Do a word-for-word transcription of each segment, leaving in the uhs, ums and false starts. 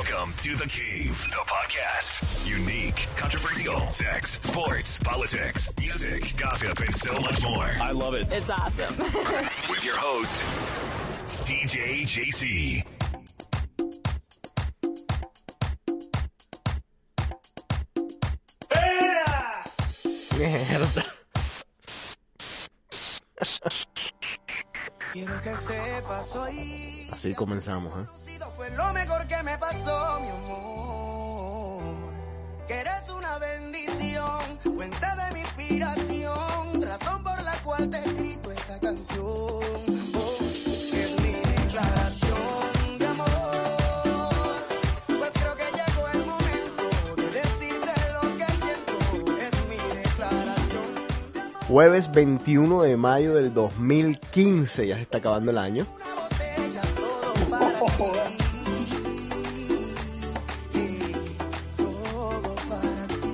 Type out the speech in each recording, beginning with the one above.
Welcome to The Cave, the podcast. Unique, controversial, sex, sports, politics, music, gossip, and so much more. I love it. It's awesome. With your host, D J J C. Mierda. Quiero que sepas hoy. Así comenzamos, ¿eh? Fue lo mejor que me pasó, mi amor. Que eres una bendición, fuente de mi inspiración, razón por la cual te he escrito esta canción. Oh, que es mi declaración de amor. Pues creo que llegó el momento de decirte lo que siento. Es mi declaración de amor. Jueves veintiuno de mayo del dos mil quince, ya se está acabando el año. Una botella, todo para ti. Todo para ti.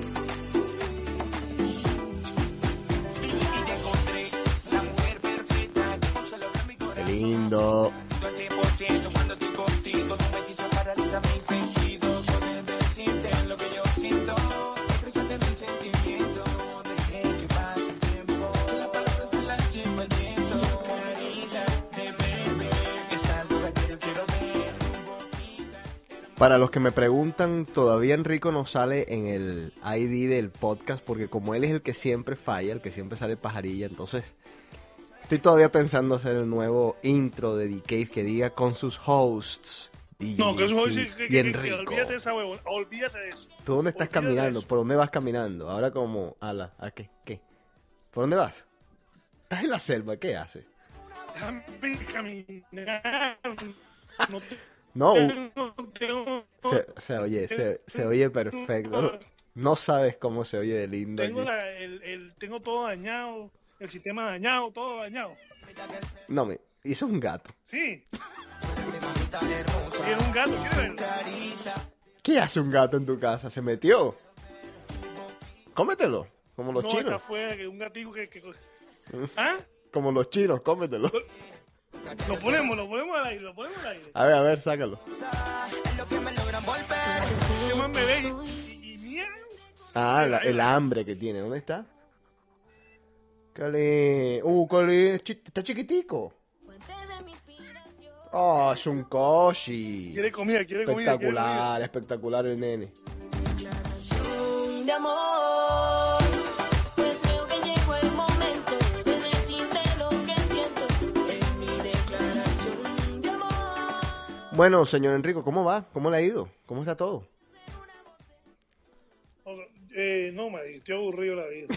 Y te encontré la mujer perfecta que no se logra mi corazón. Qué lindo. Al cien por ciento cuando estoy contigo, tú me hechizas, paraliza mis sentidos. Puedes decirte lo que yo siento, expresarte mis sentimientos. Dejé que pase el tiempo, las palabras se las lleva el viento. Carita de bebé, es algo que yo quiero ver. Para los que me preguntan, todavía Enrico no sale en el I D del podcast porque como él es el que siempre falla, el que siempre sale pajarilla, entonces estoy todavía pensando hacer el nuevo intro de The Cave que diga con sus hosts. D J No, que eso C es que, que, y que, que, Enrico. olvídate de esa huevona, olvídate de eso. ¿Tú dónde estás olvídate de caminando? eso. ¿Por dónde vas caminando? Ahora como a la a qué qué. ¿Por dónde vas? ¿Estás en la selva? ¿Qué haces? Déjame caminar. No te, No, uh, tengo, tengo, se, se oye, se, se oye perfecto. No sabes cómo se oye de lindo. tengo, aquí. la, el, el, tengo todo dañado, el sistema dañado, todo dañado. No, me hizo un gato. Sí. Y era un gato, ¿quieres ver? ¿Qué hace un gato en tu casa? ¿Se metió? Cómetelo, como los No, chinos. acá afuera, que un gatico que... que ¿Ah? Como los chinos, cómetelo. Lo ponemos, lo ponemos al aire, lo ponemos al aire. A ver, a ver, sácalo. Es lo que me logran volver. ¿Qué más me ve? Y, y mierda. Ah, la- el hambre que tiene. ¿Dónde está? Cali. Uh, Cali, chi- está chiquitico. Oh, es un coshi. Quiere comida, quiere comida. quiere comida. Espectacular, espectacular el nene. De amor. Pues creo que llegó el momento de decirte lo que siento. Es mi declaración de amor. Bueno, señor Enrico, ¿cómo va? ¿Cómo le ha ido? ¿Cómo está todo? O- Eh, no, madre, estoy aburrido la vida.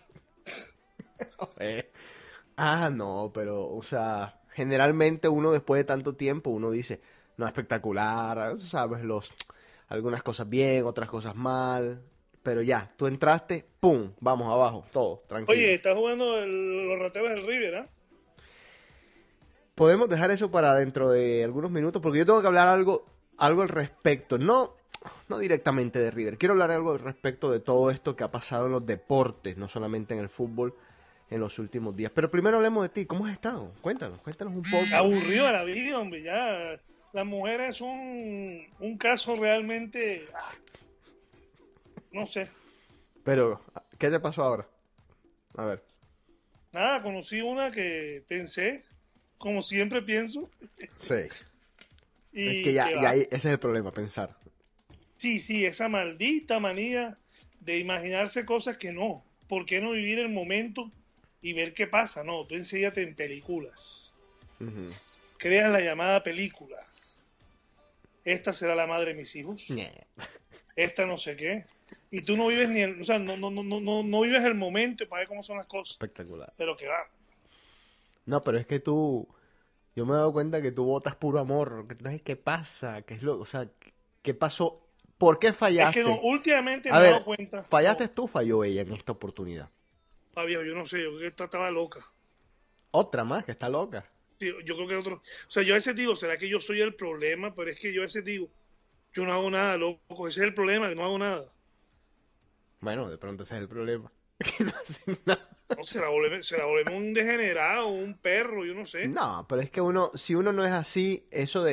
Eh, Ah, no, pero, o sea, generalmente uno después de tanto tiempo, uno dice, no, espectacular, sabes, los, algunas cosas bien, otras cosas mal, pero ya, tú entraste, pum, vamos abajo, todo, tranquilo. Oye, está jugando el- los rateros del River, ¿ah? Podemos dejar eso para dentro de algunos minutos, porque yo tengo que hablar algo, algo al respecto, no, no directamente de River, quiero hablar algo al respecto de todo esto que ha pasado en los deportes, no solamente en el fútbol, en los últimos días. Pero primero hablemos de ti, ¿cómo has estado? Cuéntanos, cuéntanos un poco. Aburrido de la vida, hombre, ya. Las mujeres son un caso realmente... ah, no sé. Pero, ¿qué te pasó ahora? A ver. Nada, conocí una que pensé, como siempre pienso. Sí. Y Es que ya, que ya va. ahí- ese es el problema, pensar. Sí, sí, esa maldita manía de imaginarse cosas que no. ¿Por qué no vivir el momento y ver qué pasa? No, tú enséñate en películas. Ujú. Creas la llamada película. Esta será la madre de mis hijos. Ñe. Esta no sé qué. Y tú no vives ni el, o sea, no, no, no, no, no, no vives el momento para ver cómo son las cosas. Espectacular. Pero que va. No, pero es que tú... Yo me he dado cuenta que tú botas puro amor. que Entonces, ¿qué pasa? ¿Qué es lo...? O sea, ¿qué pasó? ¿Por qué Es fallaste? que no, últimamente A me he ver, dado cuenta. ¿fallaste No, tú o falló ella en esta oportunidad? Fabio, yo no sé, yo creo que esta estaba loca. Otra más, que está loca. Sí, yo creo que otro. O sea, yo a veces digo, ¿será que yo soy el problema? Pero es que yo a veces digo, yo no hago nada, loco. Ese es el problema, que no hago nada. Bueno, de pronto ese es el problema. Que no hacen nada. No, se la volvemos, se la volvemos un degenerado, un perro, yo no sé. No, pero es que uno, si uno no es así, eso de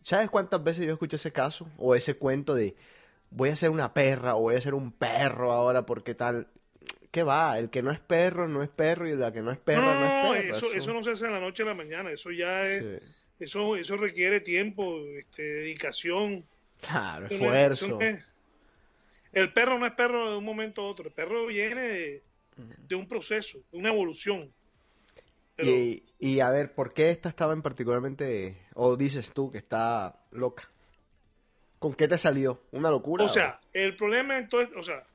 ¿Sabes cuántas veces yo escuché ese caso? O ese cuento de voy a ser una perra o voy a ser un perro ahora porque tal. ¿Qué va? El que no es perro no es perro y la que no es perra no, No, es perra. eso, eso no se hace de la noche a la mañana, eso ya es, Sí. eso, eso requiere tiempo, este, dedicación. Claro, Eso no es- eso esfuerzo. no es- el perro no es perro de un momento a otro, el perro viene de, de un proceso, de una evolución. Pero, Y, y a ver, ¿por qué esta estaba en particularmente, o dices tú que está loca? ¿Con qué te salió? ¿Una locura? o sea, el problema entonces, o sea,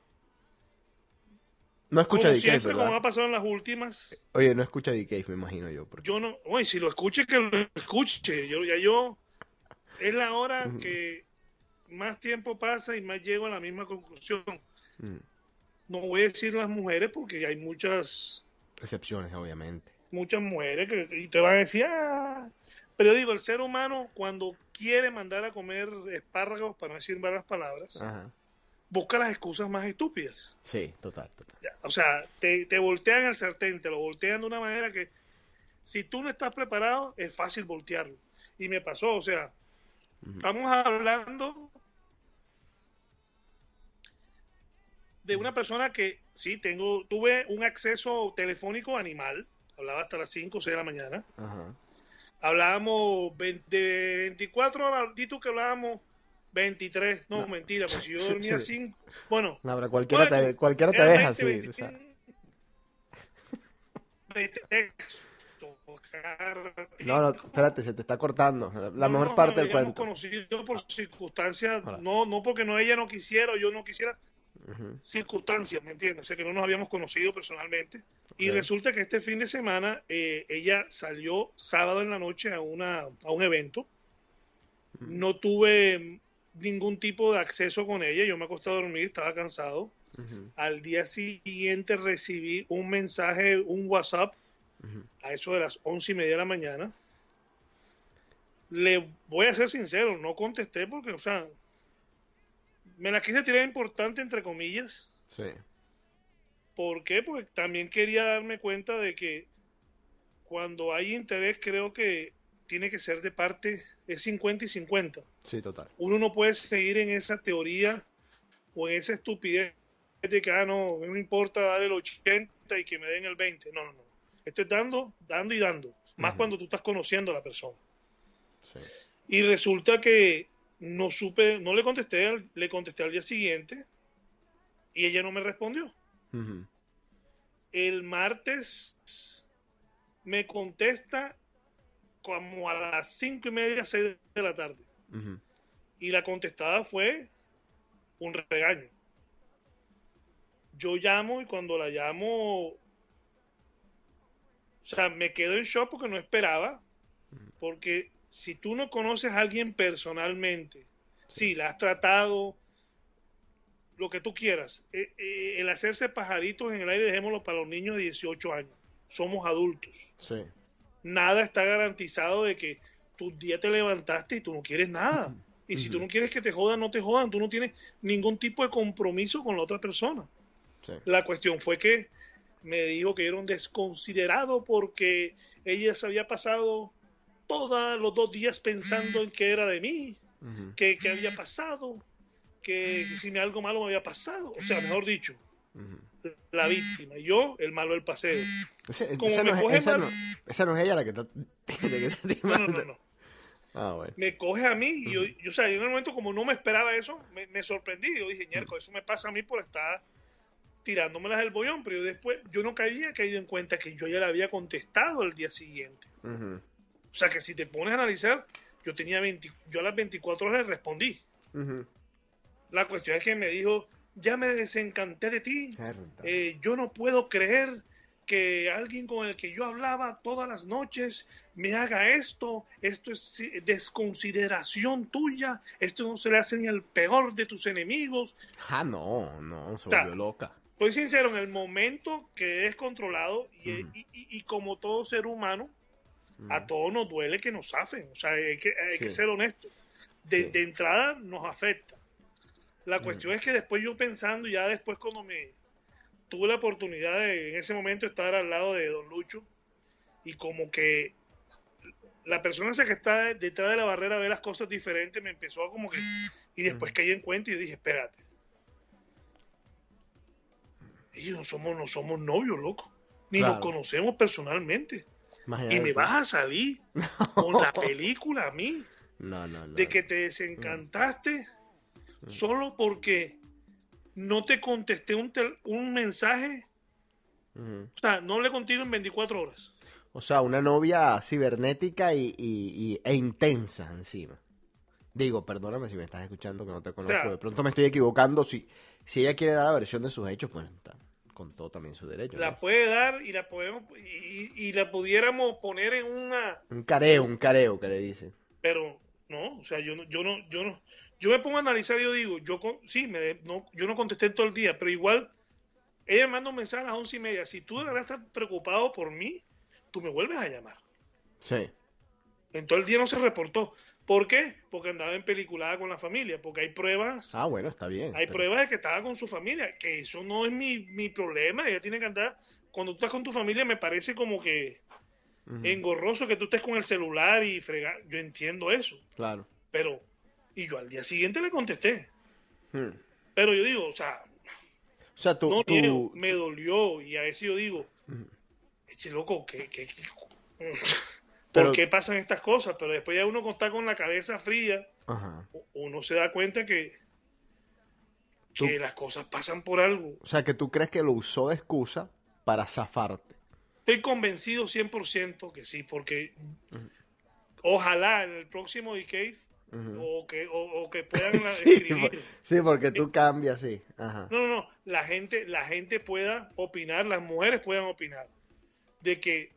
No escucha como D K, siempre, como ¿verdad? ha pasado en las últimas, Oye, no escucha D K, me imagino yo. Porque... yo no, oye, si lo escuche, que lo escuche, yo, ya yo, es la hora Ujú. que más tiempo pasa y más llego a la misma conclusión. Mm, No voy a decir las mujeres porque hay muchas, excepciones, obviamente. muchas mujeres que y te van a decir, ah, pero yo digo, el ser humano cuando quiere mandar a comer espárragos, para no decir malas palabras, Ajá. busca las excusas más estúpidas. Sí, total, total. Ya, o sea, te, te voltean el sartén, te lo voltean de una manera que si tú no estás preparado, es fácil voltearlo. Y me pasó, o sea, estamos hablando de una persona que sí, tengo, tuve un acceso telefónico animal, hablaba hasta las cinco o seis de la mañana, Ajá. hablábamos veinte, de veinticuatro horas, di tú que hablábamos veintitrés, no, No. mentira, pues si yo dormía Sí. cinco, bueno, No, pero cualquiera bueno, te, cualquiera te eran deja veinte, así. veinte, O sea, de texto, cada no, no, ratico. espérate, se te está cortando. La No, mejor no, parte nos del habíamos cuento. conocido por circunstancias, Hola. no, no porque no ella no quisiera o yo no quisiera, Ujú. circunstancias, ¿me entiendes? O sea que no nos habíamos conocido personalmente. Y Ok. resulta que este fin de semana eh, ella salió sábado en la noche a, una, a un evento. No tuve ningún tipo de acceso con ella. Yo me acosté a dormir, estaba cansado. Ujú. Al día siguiente recibí un mensaje, un WhatsApp, Ujú. a eso de las once y media de la mañana. Le voy a ser sincero, no contesté porque, o sea, me la quise tirar importante, entre comillas. Sí. ¿Por qué? Porque también quería darme cuenta de que cuando hay interés, creo que tiene que ser de parte, es cincuenta y cincuenta. Sí, total. Uno no puede seguir en esa teoría o en esa estupidez de que, ah, no, no me importa dar el ochenta y que me den el veinte. No, no, no. Estoy dando, dando y dando. Más Ujú. cuando tú estás conociendo a la persona. Sí. Y resulta que no supe, no le contesté, al- le contesté al día siguiente y ella no me respondió. Ujú. El martes me contesta como a las cinco y media, seis de la tarde. Ujú. Y la contestada fue un regaño. Yo llamo y cuando la llamo, o sea, me quedo en shock porque no esperaba. Porque si tú no conoces a alguien personalmente, sí, la has tratado, lo que tú quieras, eh, eh, el hacerse pajaritos en el aire, dejémoslo para los niños de dieciocho años. Somos adultos. Sí. Nada está garantizado de que tú un día te levantaste y tú no quieres nada. Y si tú no quieres que te jodan, no te jodan. Tú no tienes ningún tipo de compromiso con la otra persona. Sí. La cuestión fue que me dijo que era un desconsiderado porque ella se había pasado todos los dos días pensando en qué era de mí, Ujú. que, que había pasado, que si me algo malo me había pasado. O sea, mejor dicho, Ujú. la víctima. Y yo, el malo del paseo. Ese- Como esa, me no es, coge esa, mal- no, esa no es ella la que está, de que está No, no, timando. no, no. Ah, bueno. Me coge a mí y yo, yo, o sea, yo en el momento como no me esperaba eso, me, me sorprendí. Yo dije, ñerco, eso me pasa a mí por estar tirándomelas del bollón, pero yo después, yo no había caído en cuenta que yo ya le había contestado el día siguiente. Ujú. O sea, que si te pones a analizar, yo tenía veinte, yo a las veinticuatro horas le respondí. Ujú. La cuestión es que me dijo, ya me desencanté de ti, Mierda. eh, yo no puedo creer que alguien con el que yo hablaba todas las noches me haga esto, esto es eh, desconsideración tuya, esto no se le hace ni al peor de tus enemigos. Ah, no, no, se O sea, volvió loca. Soy sincero, en el momento que es controlado y, Ujú. y- y- y como todo ser humano, a todos nos duele que nos zafen, o sea, hay que, hay Sí. que ser honesto. De, Sí. de entrada nos afecta. La cuestión es que después yo pensando, ya después cuando me tuve la oportunidad de en ese momento estar al lado de Don Lucho y como que la persona esa que está detrás de la barrera ve las cosas diferentes, me empezó a como que... Y después caí en cuenta y dije, espérate. Ellos no somos, no somos novios, loco. Ni Claro. nos conocemos personalmente. Imagínate Y me tú. vas a salir con la película a mí. No, no, no. De que te desencantaste solo porque no te contesté un, tel- un mensaje. Ujú. O sea, no hablé contigo en veinticuatro horas. O sea, una novia cibernética y, y- y- e intensa encima. Digo, perdóname si me estás escuchando que no te conozco. sea, De pronto me estoy equivocando. Si, si ella quiere dar la versión de sus hechos, pues está con todo también su derecho. La ¿no? puede dar y la podemos y, y la pudiéramos poner en una, Un careo, un careo que le dicen. pero no, o sea, yo no, yo no, yo no, yo me pongo a analizar y yo digo, yo con- sí, me de- no, yo no contesté todo el día, pero igual ella me manda un mensaje a las once y media. Si tú de verdad estás preocupado por mí, tú me vuelves a llamar. Sí. En todo el día no se reportó. ¿Por qué? Porque andaba en peliculada con la familia, porque hay pruebas. Ah, bueno, está bien. Hay pero- pruebas de que estaba con su familia, que eso no es mi, mi problema. Ella tiene que andar. Cuando tú estás con tu familia, me parece como que Ujú, engorroso que tú estés con el celular y fregar. Yo entiendo eso, Claro. pero. Y yo al día siguiente le contesté. Hmm. Pero yo digo, o sea, O sea, tú... no tú- niego, me dolió. Y a veces yo digo, eche loco, ¿qué, qué, qué- ¿por Pero- qué pasan estas cosas? Pero después ya uno está con la cabeza fría. Ajá. Uno se da cuenta que, que Tú- las cosas pasan por algo. O sea, que tú crees que lo usó de excusa para zafarte. Estoy convencido cien por ciento que sí, porque ojalá en el próximo Decade Ujú. o, que, o, o que puedan la- Sí, escribir. por- sí, porque tú cambias, sí. Ajá. No, no, no. La gente, la gente pueda opinar, las mujeres puedan opinar de que,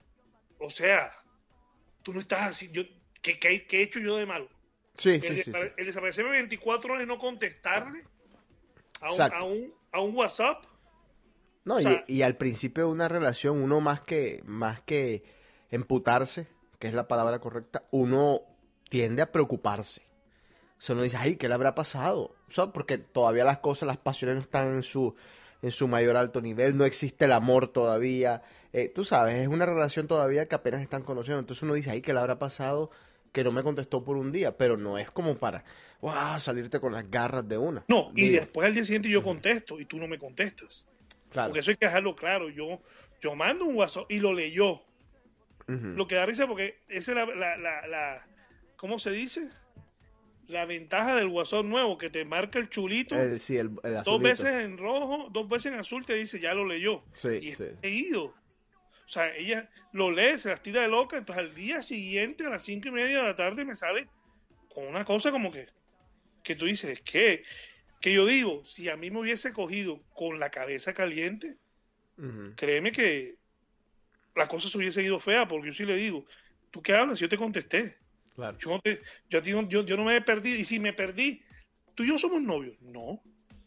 o sea, tú no estás así. Yo, ¿qué, qué, qué he hecho yo de malo? Sí, El, sí, sí, sí. desapare- el desaparecerme veinticuatro horas y no contestarle a un, Exacto. a un, a un WhatsApp. No, O y- sea- y, al principio de una relación, uno más que, más que emputarse, que es la palabra correcta, uno tiende a preocuparse. O sea, uno dice, ay, ¿qué le habrá pasado? O sea, porque todavía las cosas, las pasiones no están en su, en su mayor alto nivel, no existe el amor todavía. Eh, tú sabes, es una relación todavía que apenas están conociendo. Entonces uno dice, ay, ¿qué le habrá pasado? Que no me contestó por un día, pero no es como para, wow, salirte con las garras de una. No, y Digo, después al día siguiente yo contesto y tú no me contestas. claro. Porque eso hay que dejarlo claro. Yo, yo mando un WhatsApp y lo leyó. Ujú. Lo que da risa porque esa es la, la, la, la- ¿cómo se dice? La ventaja del WhatsApp nuevo, que te marca el chulito El- sí, el, el dos azulito. veces en rojo, dos veces en azul, te dice, ya lo leyó. Sí, y es sí. leído. O sea, ella lo lee, se las tira de loca, entonces al día siguiente, a las cinco y media de la tarde, me sale con una cosa como que, que tú dices, ¿qué? Que yo digo, si a mí me hubiese cogido con la cabeza caliente, Ujú. créeme que la cosa se hubiese ido fea, porque yo sí le digo, ¿tú qué hablas? Yo te contesté. Claro. Yo no, te, yo, a ti no- yo, yo no me he perdido. Y si me perdí, tú y yo somos novios. No.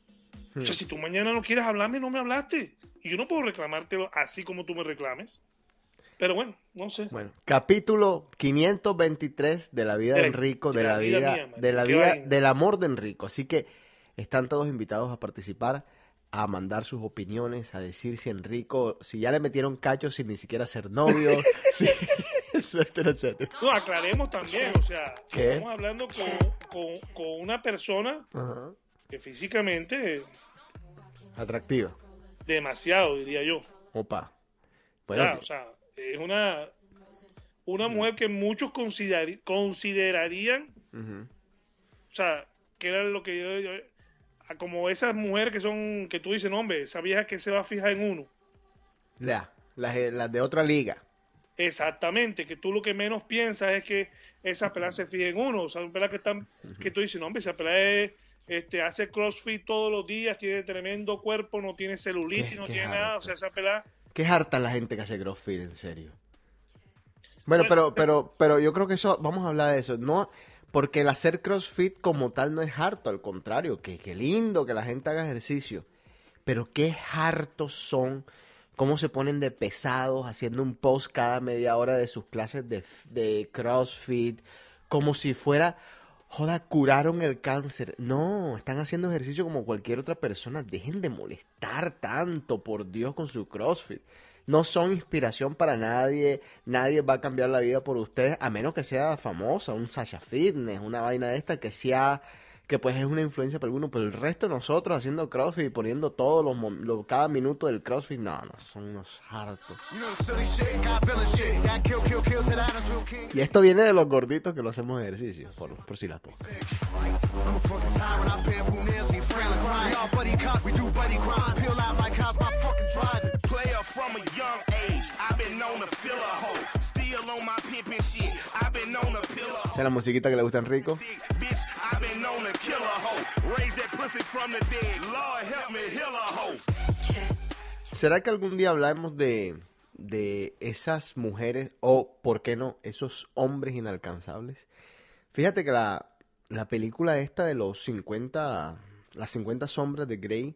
O sea, si tú mañana no quieres hablarme, no me hablaste. Y yo no puedo reclamártelo así como tú me reclames. Pero bueno, no sé. Bueno, capítulo quinientos veintitrés de la vida de De la- Enrico, de, de la, la vida vida, mía, man. de la Qué vida, vaina. del amor de Enrico. Así que están todos invitados a participar, a mandar sus opiniones, a decir si Enrico, si ya le metieron cacho sin ni siquiera ser novio, si- etcétera, etcétera. No, aclaremos también. O sea, ¿Qué? estamos hablando con, con, con una persona Ajá. que físicamente, Atractiva. demasiado, diría yo. Opa. Bueno, Ya, o sea, es una, una mujer que muchos consider- considerarían, ujú. o sea, que era lo que yo, yo- a como esas mujeres que son, que tú dices, no, hombre, esa vieja que se va a fijar en uno. Ya, las, las de otra liga. Exactamente, que tú lo que menos piensas es que esa pelada se fije en uno, o sea, una pelada que, están, que tú dices, no, hombre, esa pelada es, este, hace crossfit todos los días, tiene tremendo cuerpo, no tiene celulitis, Qué- no qué tiene harta. nada, o sea, esa pelada... Qué harta la gente que hace CrossFit, en serio. Bueno, Bueno, pero, pero, pero yo creo que eso, vamos a hablar de eso, no, porque el hacer CrossFit como tal no es harto, al contrario, que, que lindo que la gente haga ejercicio, pero qué hartos son, cómo se ponen de pesados haciendo un post cada media hora de sus clases de, de CrossFit, como si fuera, joda, curaron el cáncer. No, están haciendo ejercicio como cualquier otra persona, dejen de molestar tanto, por Dios, con su CrossFit. no son inspiración para nadie, nadie va a cambiar la vida por ustedes, a menos que sea famosa, un Sasha Fitness, una vaina de esta que sea, que pues es una influencia para alguno, pero el resto de nosotros haciendo CrossFit y poniendo todos los, mom- lo- cada minuto del CrossFit, no, no, son unos hartos. Y esto viene de los gorditos que lo hacemos ejercicio, por, por si las pocas. Player from a young age, I've been known to fill a hole. Still on my pimpin' shit, I've been known to pill a Esa es la musiquita que le gusta a Enrico. bitch, I've been known to kill a hoe. Raise that pussy from the dead, Lord help me heal a hoe. ¿Será que algún día hablamos de, de esas mujeres o, por qué no, esos hombres inalcanzables? Fíjate que la, la película esta de los cincuenta, las cincuenta sombras de Grey,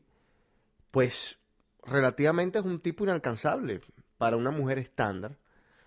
pues relativamente es un tipo inalcanzable para una mujer estándar.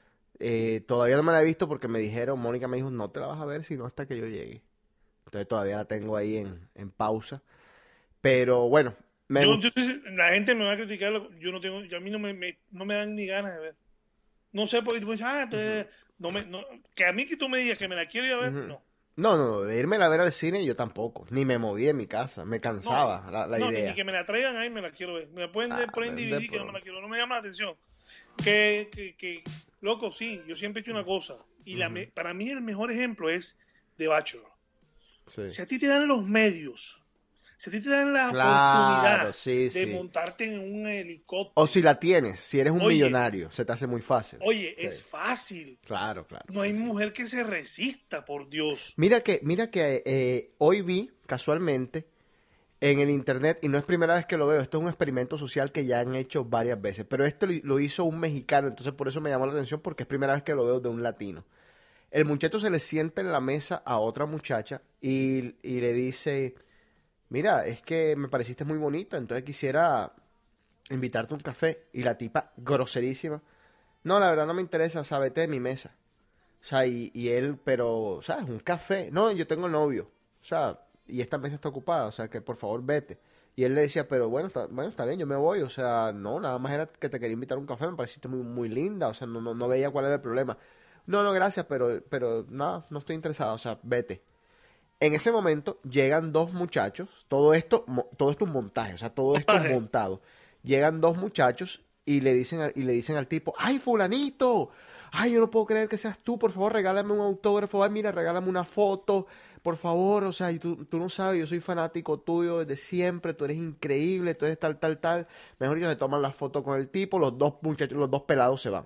Eh, todavía no me la he visto porque me dijeron, Mónica me dijo, no te la vas a ver sino hasta que yo llegue. Entonces todavía la tengo ahí en, en pausa. Pero bueno, me Yo, gust- yo- la gente me va a criticar, lo- yo no tengo, yo a mí no me, me- no me dan ni ganas de ver. No sé por qué tú me dices, ah, entonces, no me, no, que a mí que tú me digas que me la quiero ir a ver, Ujú. no. No, no, de irme a ver al cine yo tampoco. Ni me moví en mi casa. Me cansaba No, la, la no, idea. ni que me la traigan ahí me la quiero ver. Me la pueden Ah, ver por en de- D V de D que no pro- me la quiero, no me llama la atención. Que, que, que, loco, sí, yo siempre he hecho una cosa. Y la, me- para mí el mejor ejemplo es The Bachelor. Sí. Si a ti te dan los medios, si a ti te dan la Claro, oportunidad sí, de sí. montarte en un helicóptero, O si la tienes, si eres un Oye. millonario, se te hace muy fácil. oye, Sí. es fácil. Claro, claro. No hay sí, sí. mujer que se resista, por Dios. Mira que, mira que eh, hoy vi casualmente en el internet, y no es primera vez que lo veo, esto es un experimento social que ya han hecho varias veces, pero esto lo, lo hizo un mexicano, entonces por eso me llamó la atención porque es primera vez que lo veo de un latino. El muchacho se le sienta en la mesa a otra muchacha y, y le dice, mira, es que me pareciste muy bonita, entonces quisiera invitarte a un café. Y la tipa, groserísima, no, la verdad no me interesa, o sea, vete de mi mesa. O sea, y, y él, pero, ¿sabes? Un café. No, yo tengo novio. O sea, y esta mesa está ocupada, o sea, que por favor vete. Y él le decía, pero bueno, está, bueno, está bien, yo me voy. O sea, no, nada más era que te quería invitar a un café, me pareciste muy, muy linda. O sea, no, no, no veía cuál era el problema. No, no, gracias, pero, pero nada, no estoy interesado, o sea, vete. En ese momento llegan dos muchachos, todo esto, mo- todo esto es un montaje, o sea, todo esto es Montaje. montado. Llegan dos muchachos y le dicen al, y le dicen al tipo, ay, fulanito, ay, yo no puedo creer que seas tú, por favor, regálame un autógrafo, ay, mira, regálame una foto, por favor, o sea, y tú, tú no sabes, yo soy fanático tuyo desde siempre, tú eres increíble, tú eres tal, tal, tal. Mejor ellos se toman la foto con el tipo, los dos muchachos, los dos pelados se van.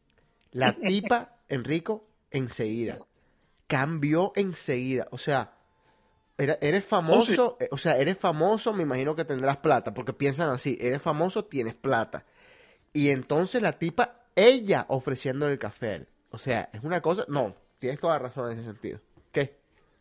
La tipa, Enrico, enseguida. Cambió enseguida. O sea, era- eres famoso, eh, o sea, eres famoso, me imagino que tendrás plata, porque piensan así, eres famoso, tienes plata. Y entonces la tipa, ella ofreciéndole el café a él. O sea, es una cosa, no, tienes toda la razón en ese sentido. ¿Qué?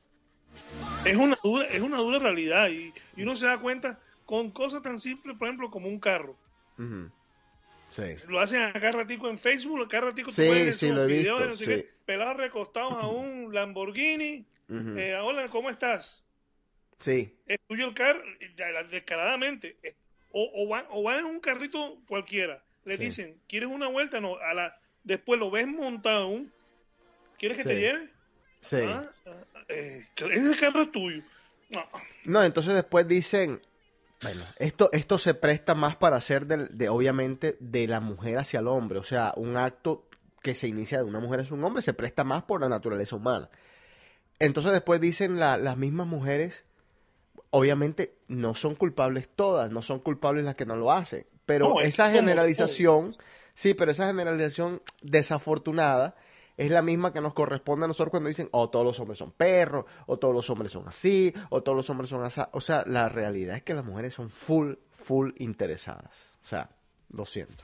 Es una dura, es una dura realidad y, y uno se da cuenta con cosas tan simples, por ejemplo, como un carro. Ujú. Sí. Lo hacen acá ratico en Facebook, acá ratico tú Sí, puedes ver sí, esos lo he videos de visto, no sé sí. qué, pelados recostados a un Lamborghini. Ujú. Eh, hola, ¿cómo estás? Sí. Es tuyo el carro, ya, la- descaradamente. Eh, O, o, van, o van en un carrito cualquiera. Le Sí. dicen, ¿quieres una vuelta? No, a la, después lo ves montado en un, ¿quieres que te Sí. lleve? Sí. Ah, ah, eh, ese carro es tuyo. No. No, entonces después dicen, bueno, esto, esto se presta más para hacer del- de, obviamente, de la mujer hacia el hombre. O sea, un acto que se inicia de una mujer hacia un hombre se presta más por la naturaleza humana. Entonces después dicen la- las mismas mujeres, obviamente no son culpables todas, no son culpables las que no lo hacen. Pero No, es esa como generalización, sí, pero esa generalización desafortunada es la misma que nos corresponde a nosotros cuando dicen, oh, todos los hombres son perros, o todos los hombres son así, o todos los hombres son así. O sea, la realidad es que las mujeres son full, full interesadas. O sea, lo siento.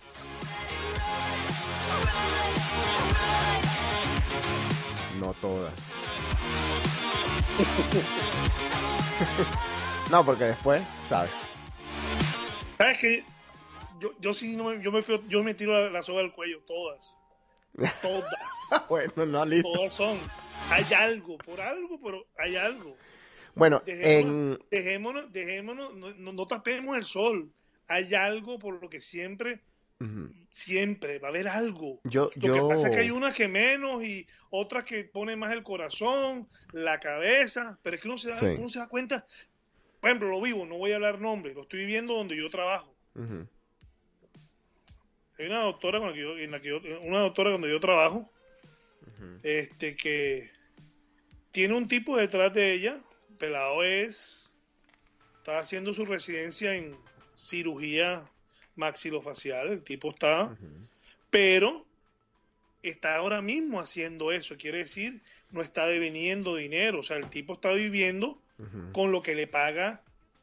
No todas. No, porque después, ¿sabes? ¿Sabes qué? Yo, yo sí, no me, yo, me fío- yo me tiro la, la soga al cuello, todas. Todas. Bueno, no, listo. Todas son. Hay algo, por algo, pero hay algo. Bueno, Dejémonos, en... dejémonos, dejémonos no, no, no tapemos el sol. Hay algo por lo que siempre Ujú. Siempre va a haber algo. Yo, Lo yo... que pasa es que hay unas que menos y otras que ponen más el corazón, la cabeza, pero es que uno se da, Sí. uno se da cuenta, por ejemplo, lo vivo, no voy a hablar nombre, lo estoy viviendo donde yo trabajo. Ujú. Hay una doctora con la que yo, en la que yo, una doctora donde yo trabajo, Ujú. este que tiene un tipo detrás de ella, pelado es, está haciendo su residencia en cirugía maxilofacial, el tipo está, Ujú. pero está ahora mismo haciendo eso, quiere decir, no está deveniendo dinero, o sea, el tipo está viviendo Ujú. con lo que le paga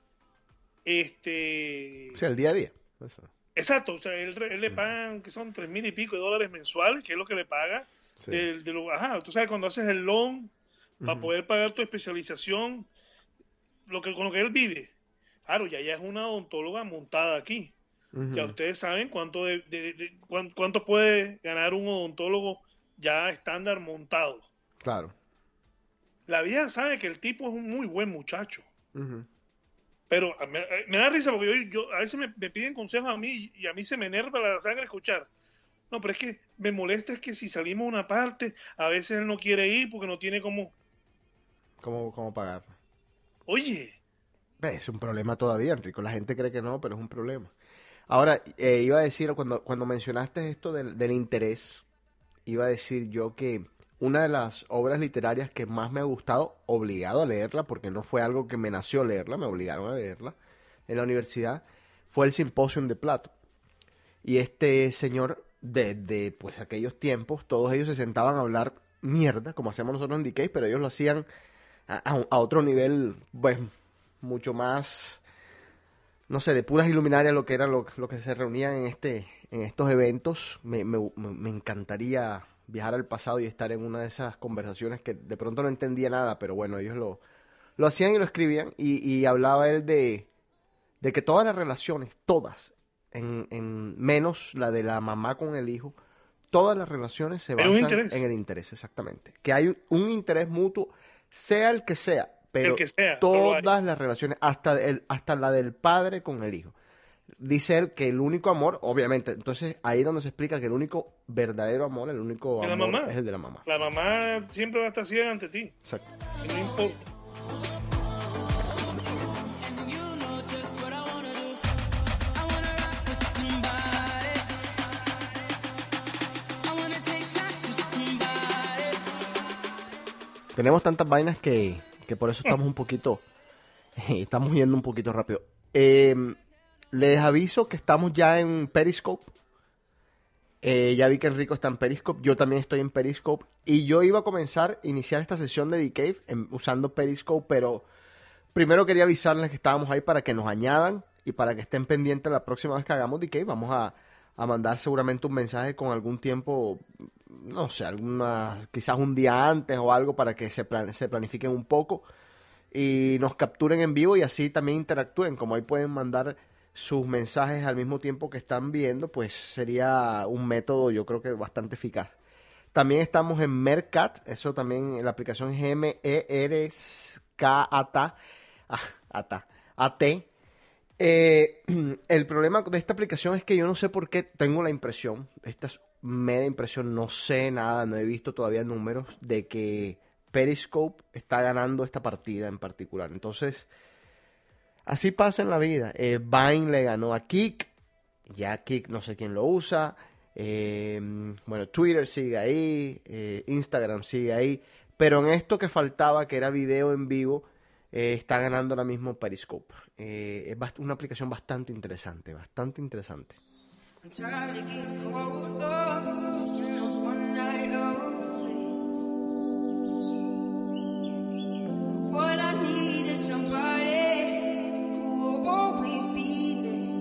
este... O sea, el día a día. Eso. Exacto, o sea, él, él le pagan, que son tres mil y pico de dólares mensuales, que es lo que le paga. Sí. De, de lo, ajá, tú sabes, cuando haces el loan para Ujú. poder pagar tu especialización, lo que, con lo que él vive. Claro, ya ella es una odontóloga montada aquí. Ujú. Ya ustedes saben cuánto, de, de- de- cuán- cuánto puede ganar un odontólogo ya estándar montado. Claro. La vieja sabe que el tipo es un muy buen muchacho. Ujú. Pero me, me da risa porque yo, yo- a veces me, me piden consejos a mí y a mí se me enerva la sangre escuchar. No, pero es que me molesta es que si salimos a una parte, a veces él no quiere ir porque no tiene como... ¿Cómo, cómo pagar? Oye, Ve, es un problema todavía, Enrico. La gente cree que no, pero es un problema. Ahora, eh, iba a decir, cuando, cuando mencionaste esto del, del interés, iba a decir yo que una de las obras literarias que más me ha gustado, obligado a leerla, porque no fue algo que me nació leerla, me obligaron a leerla en la universidad, fue el Simposium de Plato. Y este señor, desde pues aquellos tiempos, todos ellos se sentaban a hablar mierda, como hacemos nosotros en D K, pero ellos lo hacían a, a, a otro nivel, pues, mucho más, no sé, de puras iluminarias lo que era lo, lo que se reunían en este en estos eventos. Me, me, me encantaría viajar al pasado y estar en una de esas conversaciones que de pronto no entendía nada, pero bueno, ellos lo, lo hacían y lo escribían, y, y hablaba él de, de que todas las relaciones, todas, en, en menos la de la mamá con el hijo, todas las relaciones se Hay un basan interés. en el interés, exactamente. Que hay un, un interés mutuo, sea el que sea, pero El que sea, pero lo hay. todas las relaciones, hasta, el, hasta la del padre con el hijo. Dice él que el único amor, obviamente, entonces ahí es donde se explica que el único verdadero amor, el único ¿de la amor mamá? es el de la mamá. La mamá siempre va a estar ciega ante ti. Exacto. Y no importa. Tenemos tantas vainas que, que por eso estamos un poquito, estamos yendo un poquito rápido. Eh, les aviso que estamos ya en Periscope. Eh, ya vi que Enrico está en Periscope, yo también estoy en Periscope. Y yo iba a comenzar, iniciar esta sesión de The Cave en- usando Periscope, pero primero quería avisarles que estábamos ahí para que nos añadan y para que estén pendientes la próxima vez que hagamos The Cave. Vamos a, a mandar seguramente un mensaje con algún tiempo, no sé, alguna, quizás un día antes o algo para que se, plan- se planifiquen un poco y nos capturen en vivo y así también interactúen. Como ahí pueden mandar sus mensajes al mismo tiempo que están viendo, pues sería un método, yo creo que bastante eficaz. También estamos en Mercat, eso también en la aplicación G M E R K A T A, ah, A T. Eh, el problema de esta aplicación es que yo no sé por qué tengo la impresión, esta es media impresión, no sé nada, no he visto todavía números de que Periscope está ganando esta partida en particular. Entonces, así pasa en la vida. Eh, Vine le ganó a Kik, ya Kik no sé quién lo usa. Eh, bueno, Twitter sigue ahí, eh, Instagram sigue ahí, pero en esto que faltaba, que era video en vivo, eh, está ganando ahora mismo Periscope. Eh, es bast- una aplicación bastante interesante, bastante interesante. I'm tired of getting caught up in those one night affairs. What I need is somebody who will always be there.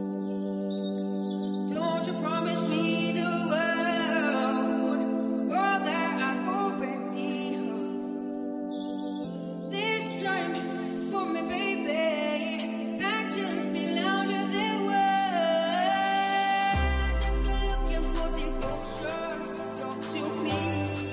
Don't you promise me the world, all that I already heard. This time for me, baby. Actions be louder than words. If you're looking for devotion, talk to me.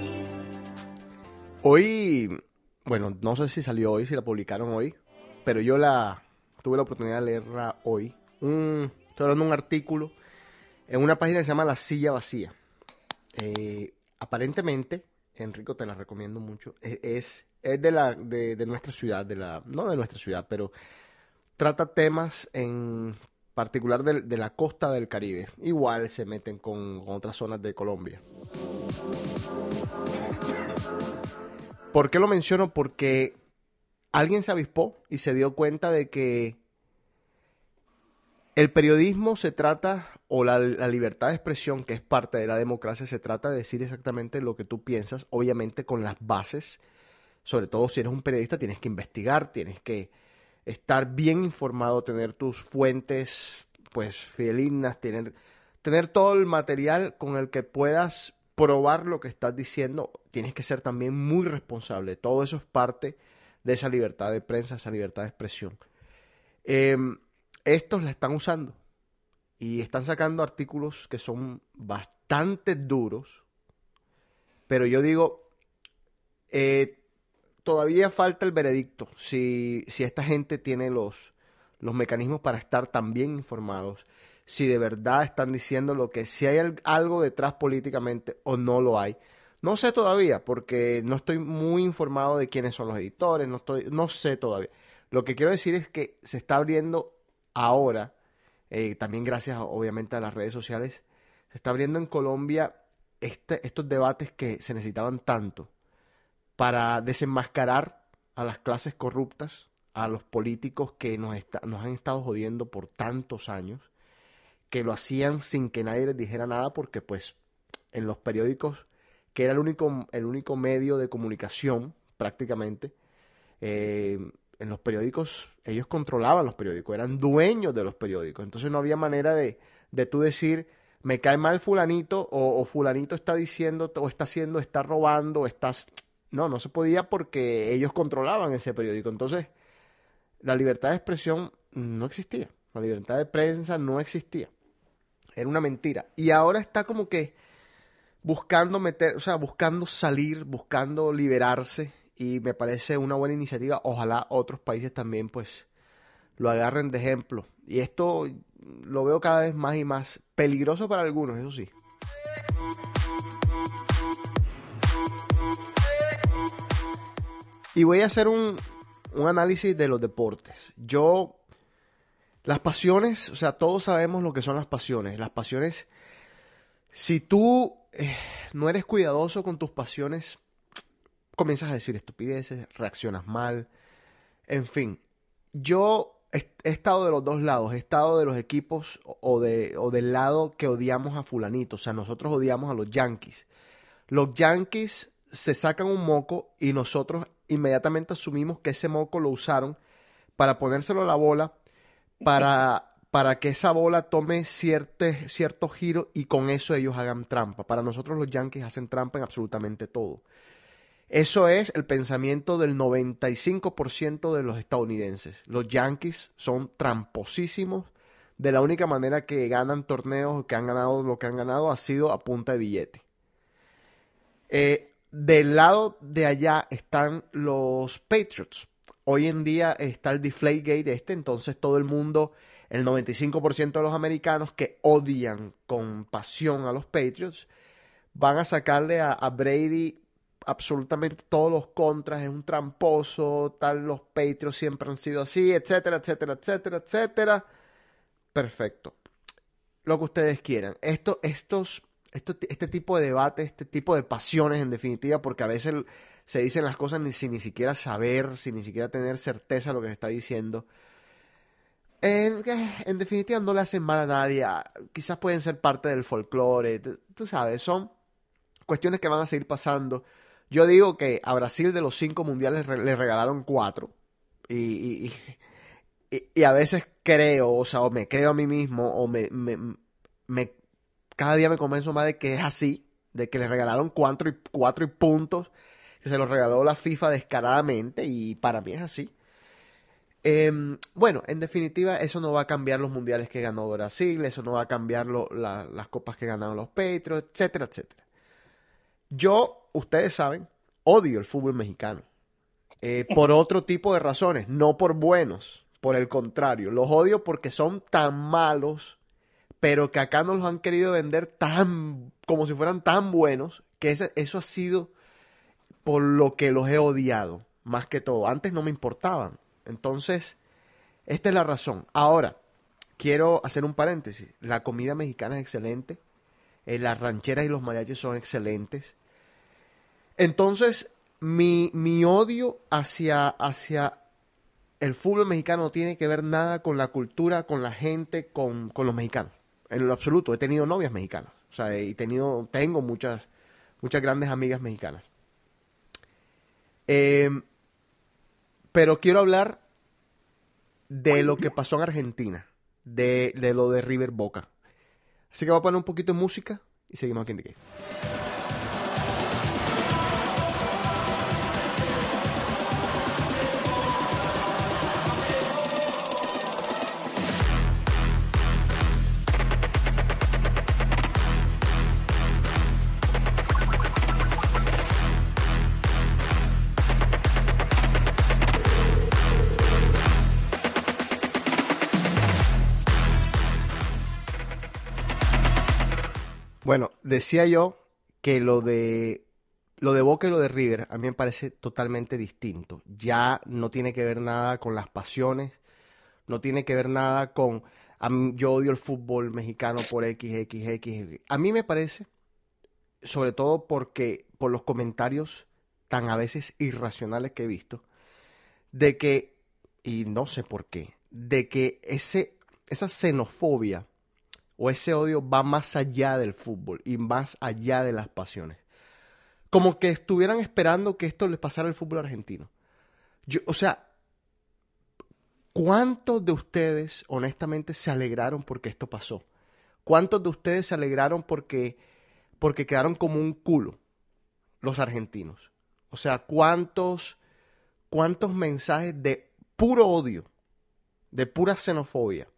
Hoy, bueno, no sé si salió hoy, si la publicaron hoy, pero yo la tuve la oportunidad de leerla hoy. Un, estoy hablando de un artículo en una página que se llama La Silla Vacía. Eh, aparentemente, Enrico, te la recomiendo mucho, es, es, es de, la, de, de nuestra ciudad, de la, no de nuestra ciudad, pero trata temas en particular de, de la costa del Caribe. Igual se meten con, con otras zonas de Colombia. ¿Por qué lo menciono? Porque alguien se avispó y se dio cuenta de que el periodismo se trata, o la, la libertad de expresión, que es parte de la democracia, se trata de decir exactamente lo que tú piensas, obviamente con las bases. Sobre todo si eres un periodista, tienes que investigar, tienes que estar bien informado, tener tus fuentes, pues, fidedignas, tener, tener todo el material con el que puedas probar lo que estás diciendo. Tienes que ser también muy responsable. Todo eso es parte de esa libertad de prensa, esa libertad de expresión. Eh, estos la están usando y están sacando artículos que son bastante duros, pero yo digo, eh, todavía falta el veredicto, si, si esta gente tiene los, los mecanismos para estar tan bien informados, si de verdad están diciendo lo que, si hay algo detrás políticamente o no lo hay. No sé todavía, porque no estoy muy informado de quiénes son los editores, no, estoy, no sé todavía. Lo que quiero decir es que se está abriendo ahora, eh, también gracias obviamente a las redes sociales, se está abriendo en Colombia este, estos debates que se necesitaban tanto para desenmascarar a las clases corruptas, a los políticos que nos, está, nos han estado jodiendo por tantos años, que lo hacían sin que nadie les dijera nada, porque pues en los periódicos, que era el único, el único medio de comunicación prácticamente, eh, en los periódicos, ellos controlaban los periódicos, eran dueños de los periódicos, entonces no había manera de, de tú decir, me cae mal fulanito, o, o fulanito está diciendo, o está haciendo, está robando, o estás... No, no se podía porque ellos controlaban ese periódico. Entonces, la libertad de expresión no existía. La libertad de prensa no existía. Era una mentira. Y ahora está como que buscando meter, o sea, buscando salir, buscando liberarse. Y me parece una buena iniciativa. Ojalá otros países también, pues, lo agarren de ejemplo. Y esto lo veo cada vez más y más peligroso para algunos, eso sí. Y voy a hacer un, un análisis de los deportes. Yo, las pasiones, o sea, todos sabemos lo que son las pasiones. Las pasiones, si tú eh, no eres cuidadoso con tus pasiones, comienzas a decir estupideces, reaccionas mal, en fin. Yo he, he estado de los dos lados, he estado de los equipos o, de, o del lado que odiamos a fulanito. O sea, nosotros odiamos a los Yankees. Los Yankees se sacan un moco y nosotros inmediatamente asumimos que ese moco lo usaron para ponérselo a la bola, para, para que esa bola tome cierto, cierto giro y con eso ellos hagan trampa. Para nosotros los Yankees hacen trampa en absolutamente todo. Eso es el pensamiento del noventa y cinco por ciento de los estadounidenses. Los Yankees son tramposísimos. De la única manera que ganan torneos, que han ganado lo que han ganado, ha sido a punta de billete. Eh, Del lado de allá están los Patriots. Hoy en día está el Deflategate este, entonces todo el mundo, el noventa y cinco por ciento de los americanos que odian con pasión a los Patriots, van a sacarle a, a Brady absolutamente todos los contras, es un tramposo, tal, los Patriots siempre han sido así, etcétera, etcétera, etcétera, etcétera. Perfecto. Lo que ustedes quieran. Esto, estos... Esto, este tipo de debate, este tipo de pasiones en definitiva, porque a veces se dicen las cosas ni, sin ni siquiera saber, sin ni siquiera tener certeza de lo que se está diciendo. En, en definitiva no le hacen mal a nadie, quizás pueden ser parte del folclore, tú, tú sabes, son cuestiones que van a seguir pasando. Yo digo que a Brasil de los cinco mundiales re, le regalaron cuatro y, y, y, y a veces creo, o sea, o me creo a mí mismo o me... me, me cada día me convenzo más de que es así, de que le regalaron cuatro y, cuatro y puntos, que se los regaló la FIFA descaradamente, y para mí es así. Eh, bueno, en definitiva, eso no va a cambiar los mundiales que ganó Brasil, eso no va a cambiar lo, la, las copas que ganaron los Patriots, etcétera, etcétera. Yo, ustedes saben, odio el fútbol mexicano. Eh, por otro tipo de razones, no por buenos, por el contrario. Los odio porque son tan malos pero que acá nos los han querido vender tan, como si fueran tan buenos, que ese, eso ha sido por lo que los he odiado, más que todo. Antes no me importaban. Entonces, esta es la razón. Ahora, quiero hacer un paréntesis. La comida mexicana es excelente. Eh, las rancheras y los mariachis son excelentes. Entonces, mi, mi odio hacia, hacia el fútbol mexicano no tiene que ver nada con la cultura, con la gente, con, con los mexicanos. En lo absoluto. He tenido novias mexicanas. O sea, he tenido, tengo muchas, muchas grandes amigas mexicanas. Eh, pero quiero hablar de lo que pasó en Argentina. De, de lo de River Boca. Así que voy a poner un poquito de música y seguimos aquí en The Cave. Bueno, decía yo que lo de lo de Boca y lo de River a mí me parece totalmente distinto. Ya no tiene que ver nada con las pasiones, no tiene que ver nada con a mí, yo odio el fútbol mexicano por X, X, X. A mí me parece, sobre todo porque por los comentarios tan a veces irracionales que he visto, de que, y no sé por qué, de que ese, esa xenofobia o ese odio va más allá del fútbol y más allá de las pasiones. Como que estuvieran esperando que esto les pasara al fútbol argentino. Yo, o sea, ¿cuántos de ustedes honestamente se alegraron porque esto pasó? ¿Cuántos de ustedes se alegraron porque, porque quedaron como un culo los argentinos? O sea, ¿cuántos, cuántos mensajes de puro odio, de pura xenofobia?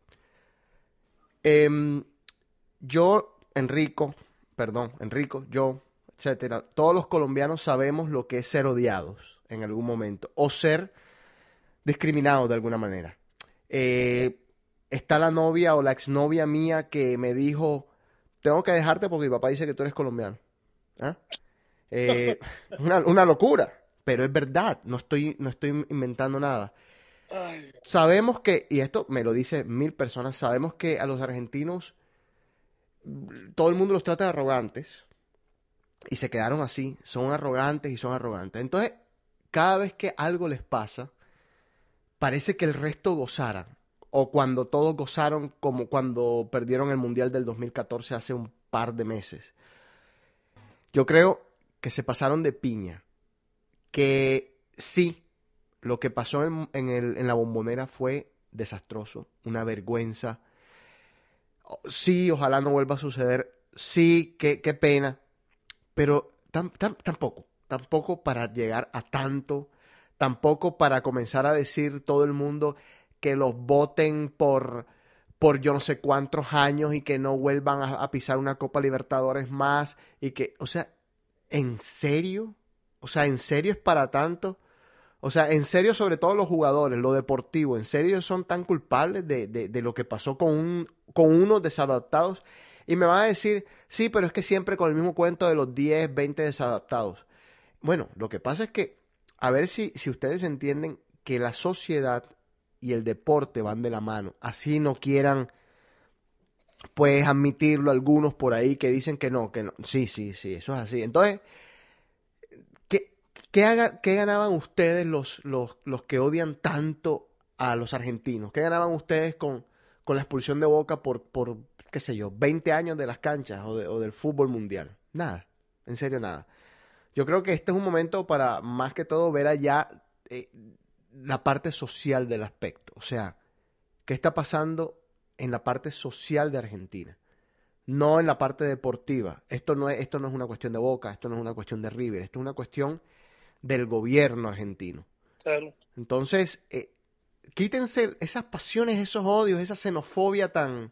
Eh, yo, Enrico, perdón, Enrico, yo, etcétera, todos los colombianos sabemos lo que es ser odiados en algún momento o ser discriminados de alguna manera. Eh, está la novia o la exnovia mía que me dijo, tengo que dejarte porque mi papá dice que tú eres colombiano. ¿Ah? Eh, una, una locura, pero es verdad, no estoy, no estoy inventando nada. Ay, Sabemos que, y esto me lo dice mil personas, sabemos que a los argentinos todo el mundo los trata de arrogantes y se quedaron así, son arrogantes y son arrogantes. Entonces, cada vez que algo les pasa, parece que el resto gozaran. O cuando todos gozaron, como cuando perdieron el Mundial del dos mil catorce hace un par de meses. Yo creo que se pasaron de piña. Que sí, lo que pasó en, en, el, en la Bombonera fue desastroso, una vergüenza. Sí, ojalá no vuelva a suceder. Sí, qué, qué pena. Pero tam, tam, tampoco, tampoco para llegar a tanto, tampoco para comenzar a decir todo el mundo que los voten por, por yo no sé cuántos años y que no vuelvan a, a pisar una Copa Libertadores más y que, o sea, ¿en serio? O sea, ¿en serio es para tanto? O sea, en serio, sobre todo los jugadores, lo deportivo, ¿en serio son tan culpables de, de, de lo que pasó con, un, con unos desadaptados? Y me van a decir, sí, pero es que siempre con el mismo cuento de los diez, veinte desadaptados. Bueno, lo que pasa es que, a ver si, si ustedes entienden que la sociedad y el deporte van de la mano. Así no quieran, pues, admitirlo algunos por ahí que dicen que no, que no. Sí, sí, sí, eso es así. Entonces, ¿qué, qué, haga, qué ganaban ustedes los, los, los que odian tanto a los argentinos? ¿Qué ganaban ustedes con, con la expulsión de Boca por, por, qué sé yo, veinte años de las canchas o, de, o del fútbol mundial? Nada, en serio nada. Yo creo que este es un momento para, más que todo, ver allá eh, la parte social del aspecto. O sea, ¿qué está pasando en la parte social de Argentina? No en la parte deportiva. Esto no es, esto no es una cuestión de Boca, esto no es una cuestión de River, esto es una cuestión del gobierno argentino. claro. Entonces, eh, quítense esas pasiones, esos odios, esa xenofobia tan,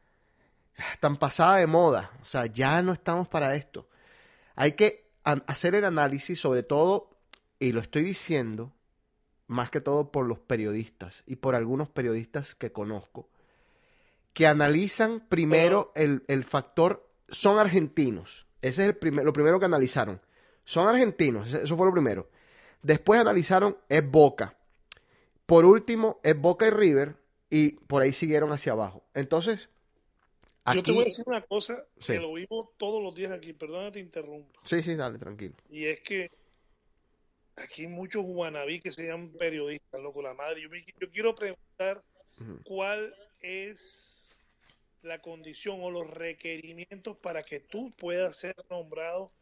tan pasada de moda. O sea, ya no estamos para esto. Hay que a- hacer el análisis, sobre todo, y lo estoy diciendo, más que todo por los periodistas y por algunos periodistas que conozco, que analizan primero el, el factor, son argentinos. Ese es el primer, lo primero que analizaron. Son argentinos, eso fue lo primero. Después analizaron, es Boca. Por último, es Boca y River, y por ahí siguieron hacia abajo. Entonces, aquí... Yo te voy a decir una cosa Sí. que lo vimos todos los días aquí, perdona que te interrumpa. Sí, sí, dale, tranquilo. Y es que aquí hay muchos guanabí que se llaman periodistas, loco, la madre. Yo, me- yo quiero preguntar Ujú. cuál es la condición o los requerimientos para que tú puedas ser nombrado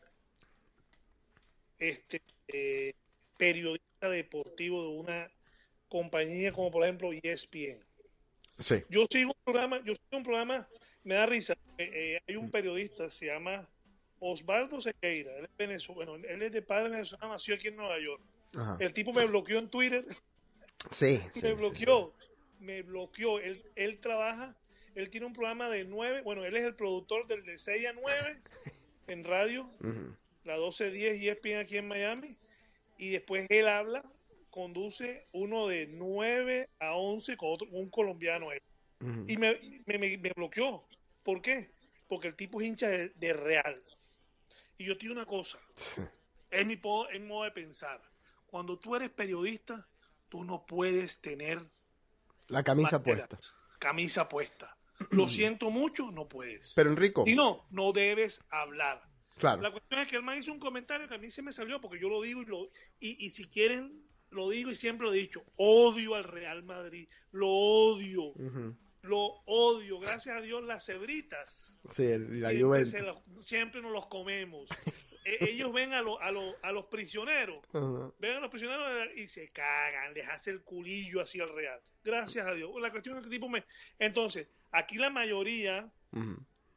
este eh, periodista deportivo de una compañía como por ejemplo E S P N. Sí. Yo sigo un programa, yo sigo un programa, me da risa. eh, eh, hay un periodista, se llama Osvaldo Sequeira, él es venezolano, bueno, él es de padre venezolano, nació aquí en Nueva York. Ajá. El tipo me bloqueó en Twitter, Sí, sí, me sí. bloqueó, me bloqueó. Él, él trabaja, él tiene un programa de nueve, bueno, él es el productor del de seis a nueve en radio, Ujú. la doce diez y E S P N aquí en Miami, y después él habla, conduce uno de nueve a once con otro, un colombiano él. Ujú. Y me, me, me- me bloqueó. ¿Por qué? Porque el tipo es hincha de, de Real. Y yo te digo una cosa, Sí. es mi, po- es mi modo de pensar. Cuando tú eres periodista, tú no puedes tener La camisa banderas, puesta. camisa puesta. Lo siento mucho, no puedes. Pero Enrico, Si no, no debes hablar. claro. La cuestión es que el man hizo un comentario que a mí se me salió porque yo lo digo y lo y, y si quieren lo digo y siempre lo he dicho, odio al Real Madrid, lo odio, Ujú. lo odio, gracias a Dios las cebritas Sí, el- la siempre, Juventus. se los- siempre nos los comemos. E- ellos ven a, lo- a, lo- a los prisioneros, Ajá. ven a los prisioneros y se cagan, les hace el culillo así al Real. Gracias a Dios. La cuestión es que el tipo me... Entonces, aquí la mayoría Ujú.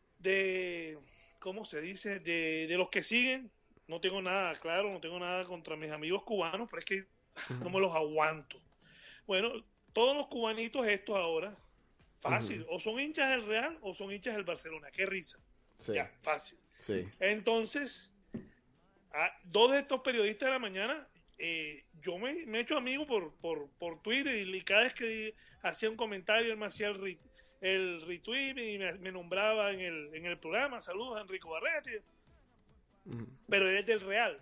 de, ¿cómo se dice? De, de los que siguen, no tengo nada, claro, no tengo nada contra mis amigos cubanos, pero es que no me los aguanto. Bueno, todos los cubanitos estos ahora, fácil, o son hinchas del Real o son hinchas del Barcelona, qué risa. Sí, Ya, fácil. sí. Entonces, a dos de estos periodistas de la mañana, eh, yo me, me he hecho amigo por, por, por Twitter y, y cada vez que hacía un comentario él me hacía el, re- el retweet y me, me nombraba en el, en el programa. Saludos a Enrico Barretti, Ujú. pero él es del Real.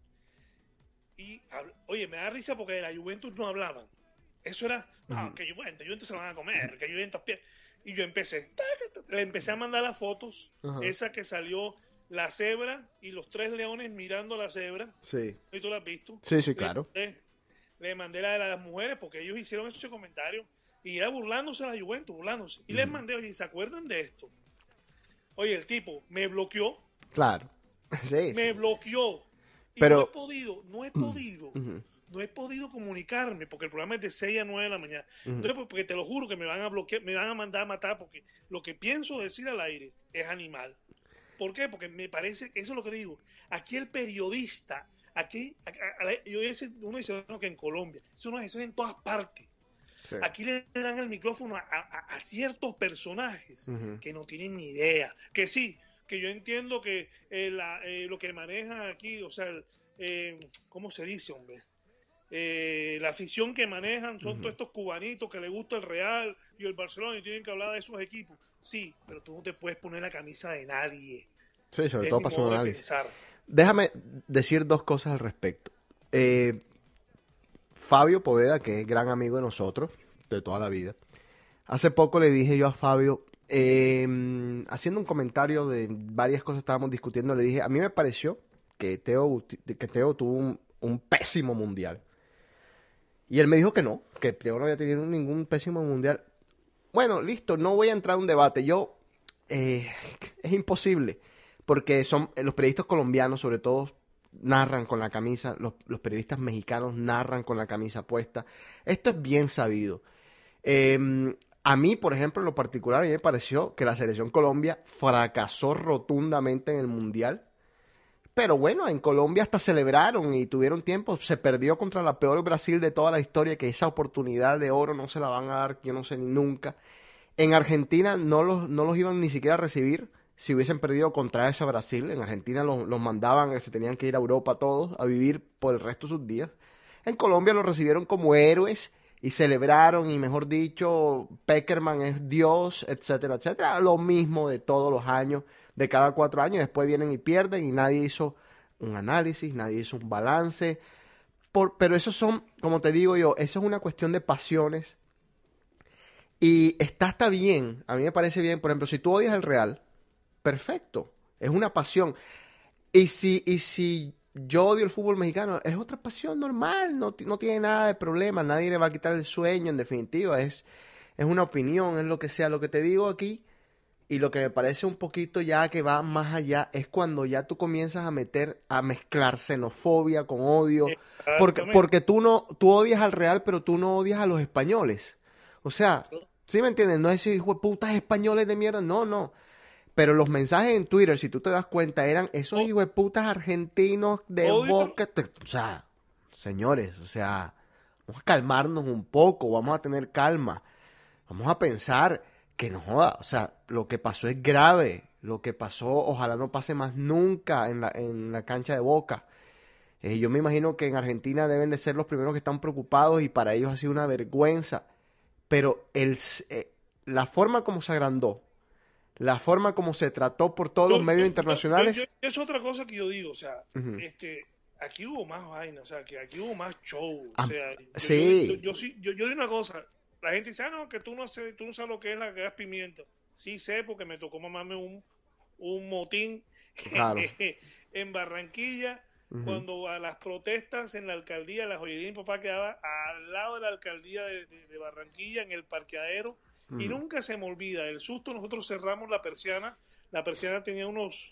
Y, habl- oye, me da risa porque de la Juventus no hablaban. Eso era, no, Ujú. que Juventus, Juventus se lo van a comer, que Juventus pie-". Y yo empecé, taca, taca, le empecé a mandar las fotos, Ajá. esa que salió la cebra y los tres leones mirando a la cebra. Sí. ¿Y tú la has visto? Sí, sí, Le claro. mandé- Le mandé la de las mujeres porque ellos hicieron esos comentarios y era burlándose a la Juventus, burlándose. Y les Ujú. mandé, oye, ¿se acuerdan de esto? Oye, el tipo me bloqueó, Claro. Sí, me sí. bloqueó. Y Pero- no he podido, no he podido, Ujú. no he podido comunicarme porque el programa es de seis a nueve de la mañana. Ujú. Entonces, pues, porque te lo juro que me van a bloquear, me van a mandar a matar porque lo que pienso decir al aire es animal. ¿Por qué? Porque me parece, eso es lo que digo, aquí el periodista, aquí, a- a- a- yo ese- uno dice bueno, que en Colombia, eso no es, eso es en todas partes. Sí. Aquí le dan el micrófono a, a- a ciertos personajes Ujú. que no tienen ni idea. Que sí, que yo entiendo que eh, la- eh, lo que maneja aquí, o sea, el, eh, ¿cómo se dice, hombre? Eh, la afición que manejan son todos estos cubanitos que les gusta el Real y el Barcelona y tienen que hablar de esos equipos. Sí, pero tú no te puedes poner la camisa de nadie. Sí, sobre Es todo mi para su modo de análisis. pensar. Déjame decir dos cosas al respecto. Eh, Fabio Poveda, que es gran amigo de nosotros, de toda la vida. Hace poco le dije yo a Fabio, eh, haciendo un comentario de varias cosas que estábamos discutiendo, le dije, a mí me pareció que Teo, que Teo tuvo un, un pésimo mundial. Y él me dijo que no, que Teo no había tenido ningún pésimo mundial. Bueno, listo, no voy a entrar a un debate. Yo, eh, es imposible, porque son los periodistas colombianos, sobre todo, narran con la camisa, los, los periodistas mexicanos narran con la camisa puesta. Esto es bien sabido. Eh, a mí, por ejemplo, en lo particular, a mí me pareció que la selección Colombia fracasó rotundamente en el Mundial. Pero bueno, en Colombia hasta celebraron y tuvieron tiempo. Se perdió contra la peor Brasil de toda la historia, que esa oportunidad de oro no se la van a dar, yo no sé ni nunca. En Argentina no los, no los iban ni siquiera a recibir si hubiesen perdido contra esa Brasil. En Argentina los, los mandaban, que se tenían que ir a Europa todos a vivir por el resto de sus días. En Colombia los recibieron como héroes y celebraron y mejor dicho, Peckerman es Dios, etcétera, etcétera. Lo mismo de todos los años, de cada cuatro años, después vienen y pierden y nadie hizo un análisis, nadie hizo un balance. Por, pero eso son, como te digo yo, eso es una cuestión de pasiones y está hasta bien, a mí me parece bien. Por ejemplo, si tú odias el Real, perfecto, es una pasión. Y si, y si yo odio el fútbol mexicano, es otra pasión normal, no, no tiene nada de problema, nadie le va a quitar el sueño, en definitiva, es, es una opinión, es lo que sea. Lo que te digo aquí, y lo que me parece un poquito ya que va más allá, es cuando ya tú comienzas a meter, a mezclar xenofobia con odio, porque, porque tú no, tú odias al Real, pero tú no odias a los españoles. O sea, ¿sí me entiendes? No es esos hijo de putas españoles de mierda, no, no. Pero los mensajes en Twitter, si tú te das cuenta, eran esos hijos de putas argentinos de Odio. Boca. Te- O sea, señores, o sea, vamos a calmarnos un poco, vamos a tener calma. Vamos a pensar que no joda, o sea, lo que pasó es grave. Lo que pasó, ojalá no pase más nunca en la, en la cancha de Boca. Eh, yo me imagino que en Argentina deben de ser los primeros que están preocupados y para ellos ha sido una vergüenza. Pero el, eh, la forma como se agrandó, la forma como se trató por todos los Yo- medios yo- internacionales. yo- yo- es otra cosa que yo digo, o sea, Ujú. este, aquí hubo más vaina, o sea, que aquí hubo más show, o Ah, sea, yo, sí. yo, yo, yo sí- yo- yo digo una cosa, la gente dice, ah, no, que tú no, sé, tú no sabes lo que es la gas pimienta. Sí sé, porque me tocó mamarme un, un motín Claro. en Barranquilla, Ujú. cuando a las protestas en la alcaldía, la joyería de mi papá quedaba al lado de la alcaldía de, de- de Barranquilla, en el parqueadero, y Ujú. nunca se me olvida el susto. Nosotros cerramos la persiana, la persiana tenía unos,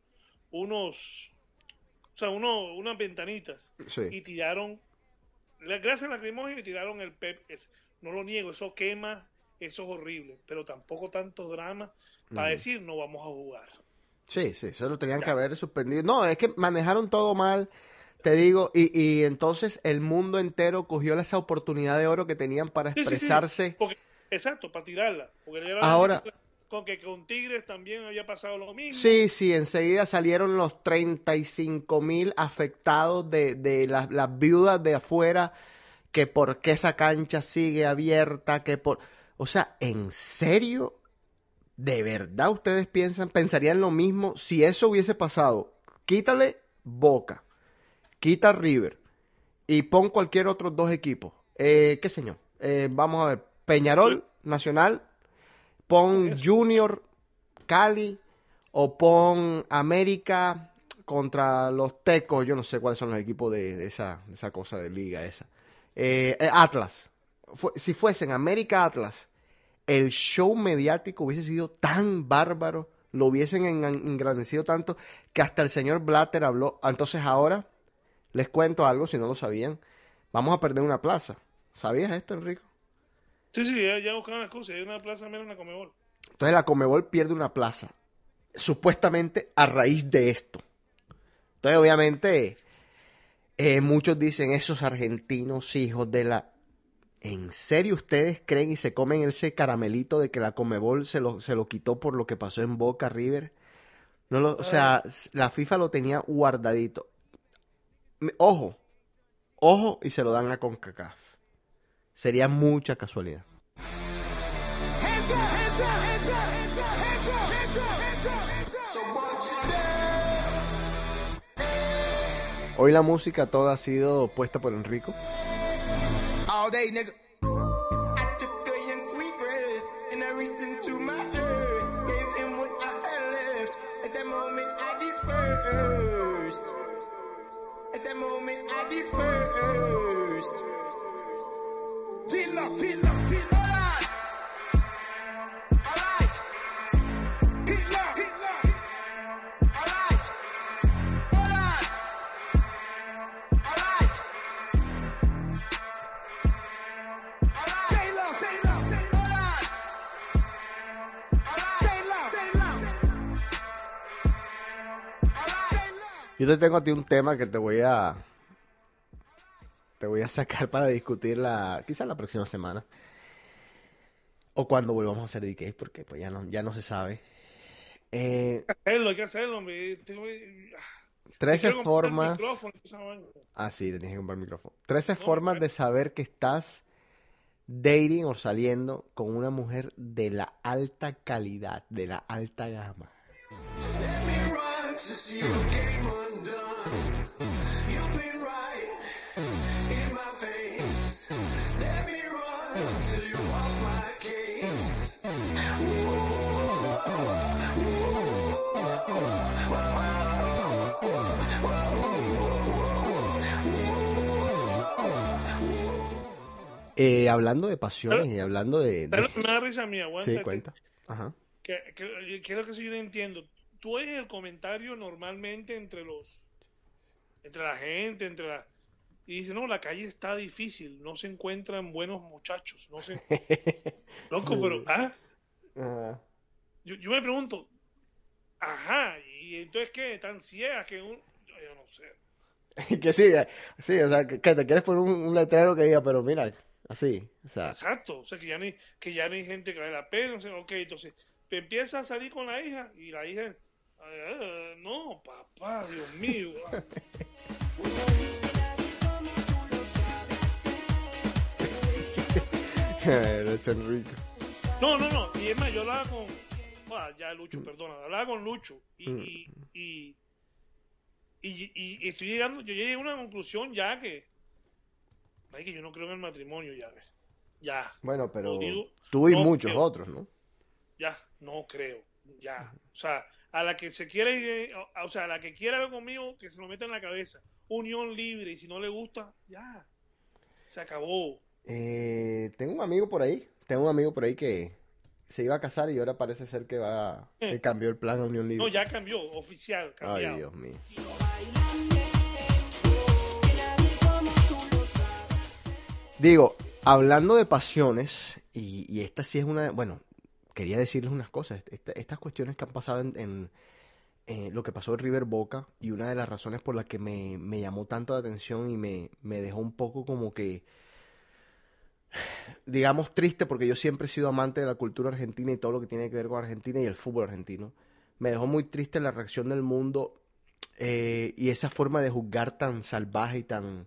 unos, o sea, uno, unas ventanitas, Sí. y tiraron, la gracias lacrimógena, y tiraron el pep. Es- no lo niego, eso quema, eso es horrible, pero tampoco tantos dramas para Ujú. decir no vamos a jugar. Sí, sí, eso lo tenían que haber suspendido. No, es que manejaron todo mal, te digo, y, y entonces el mundo entero cogió esa oportunidad de oro que tenían para Sí, sí, sí, expresarse. porque- exacto, para tirarla. Porque ya Ahora- con que con Tigres también había pasado lo mismo. Sí, sí, enseguida salieron los treinta y cinco mil afectados de, de las, las viudas de afuera, que por qué esa cancha sigue abierta, que por... O sea, ¿en serio? ¿De verdad ustedes piensan, pensarían lo mismo si eso hubiese pasado? Quítale Boca, quita River y pon cualquier otro dos equipos. Eh, ¿Qué señor? Eh, vamos a ver, Peñarol, Nacional, pon Eso. Junior, Cali, o pon América contra los Tecos, yo no sé cuáles son los equipos de, de esa, de esa cosa de liga esa. Eh, eh, Atlas. Fu- si fuesen América Atlas, el show mediático hubiese sido tan bárbaro, lo hubiesen en- engrandecido tanto, que hasta el señor Blatter habló. Entonces ahora, les cuento algo, si no lo sabían, vamos a perder una plaza. ¿Sabías esto, Enrico? Sí, sí, ya, ya buscaban las cosas. Hay una plaza menos en la Comebol. Entonces la Conmebol pierde una plaza, supuestamente a raíz de esto. Entonces, obviamente, eh, muchos dicen, esos argentinos hijos de la... ¿En serio ustedes creen y se comen ese caramelito de que la Conmebol se lo, se lo quitó por lo que pasó en Boca River? No lo, o sea, la FIFA lo tenía guardadito. Me- Ojo, ojo, y se lo dan a CONCACAF. Sería mucha casualidad. Hands up, hands up, hands up, hands up, hands up, hands up, hands up, hands up. So what you dance? Hoy la música toda ha sido puesta por Enrico. All day, nigga. I took a young sweet breath and I reached into my earth. Gave him what I had left. At that moment, I dispersed. At that moment, I dispersed. G-Lock, G-Lock, G-Lock. Alright. G-Lock, G-Lock. Alright. Alright. Alright. Stay low, stay low, stay low. Stay low, stay low. Stay low. Yo te tengo a ti un tema que te voy a te voy a sacar para discutir la quizás la próxima semana o cuando volvamos a hacer D K, porque pues ya no ya no se sabe. Eh, Hacerlo, hay que hacerlo, hombre. Tengo- trece quiero comprar el formas. micrófono y toda esa vaina. Ah, sí, te tienes que comprar el micrófono. trece No, formas me- de saber que estás dating o saliendo con una mujer de la alta calidad, de la alta gama. Eh, hablando de pasiones y hablando de... de... Me da risa mía, aguanta. Sí, que- cuenta. Ajá. Que, que, que es lo que sí yo no entiendo. Tú oyes el comentario normalmente entre los, entre la gente, entre la, y dice, no, la calle está difícil, no se encuentran buenos muchachos, no sé. Loco, pero, ah, Ajá. yo, yo me pregunto, ajá, y entonces qué, tan ciegas que un, yo, yo no sé. Que sí, eh, sí, o sea, que, que te quieres poner un, un letrero que diga, pero mira, así, o sea, Exacto, o sea, que ya no hay, que ya no hay gente que vale la pena, o sea, ok, entonces, empieza a salir con la hija, y la hija, ah, no, papá, Dios mío, ah. eres Enrique. No, no, no. Y es más, yo hablaba con. Ah, ya Lucho, perdona. Hablaba con Lucho. Y, Mm. y, y, y, y- y estoy llegando. Yo llegué a una conclusión ya que. Ay, que yo no creo en el matrimonio ya. ¿ves? Ya. Bueno, pero Lo digo, tú y no muchos creo. otros, ¿no? Ya. No creo. Ya. O sea, a la que se quiere. eh, O sea, a la que quiera ver conmigo, que se lo meta en la cabeza. Unión libre. Y si no le gusta, ya. Se acabó. Eh, tengo un amigo por ahí, tengo un amigo por ahí que se iba a casar y ahora parece ser que va, que cambió el plan a Unión Libre. No, ya cambió. Oficial. Ay, Cambiado. Dios mío. Digo, hablando de pasiones, y, y esta sí es una, bueno, quería decirles unas cosas, esta- estas cuestiones que han pasado en, en, eh, lo que pasó en River Boca, y una de las razones por las que me, me llamó tanto la atención y me, me dejó un poco como que, digamos, triste, porque yo siempre he sido amante de la cultura argentina y todo lo que tiene que ver con Argentina y el fútbol argentino. Me dejó muy triste la reacción del mundo eh, y esa forma de juzgar tan salvaje y tan,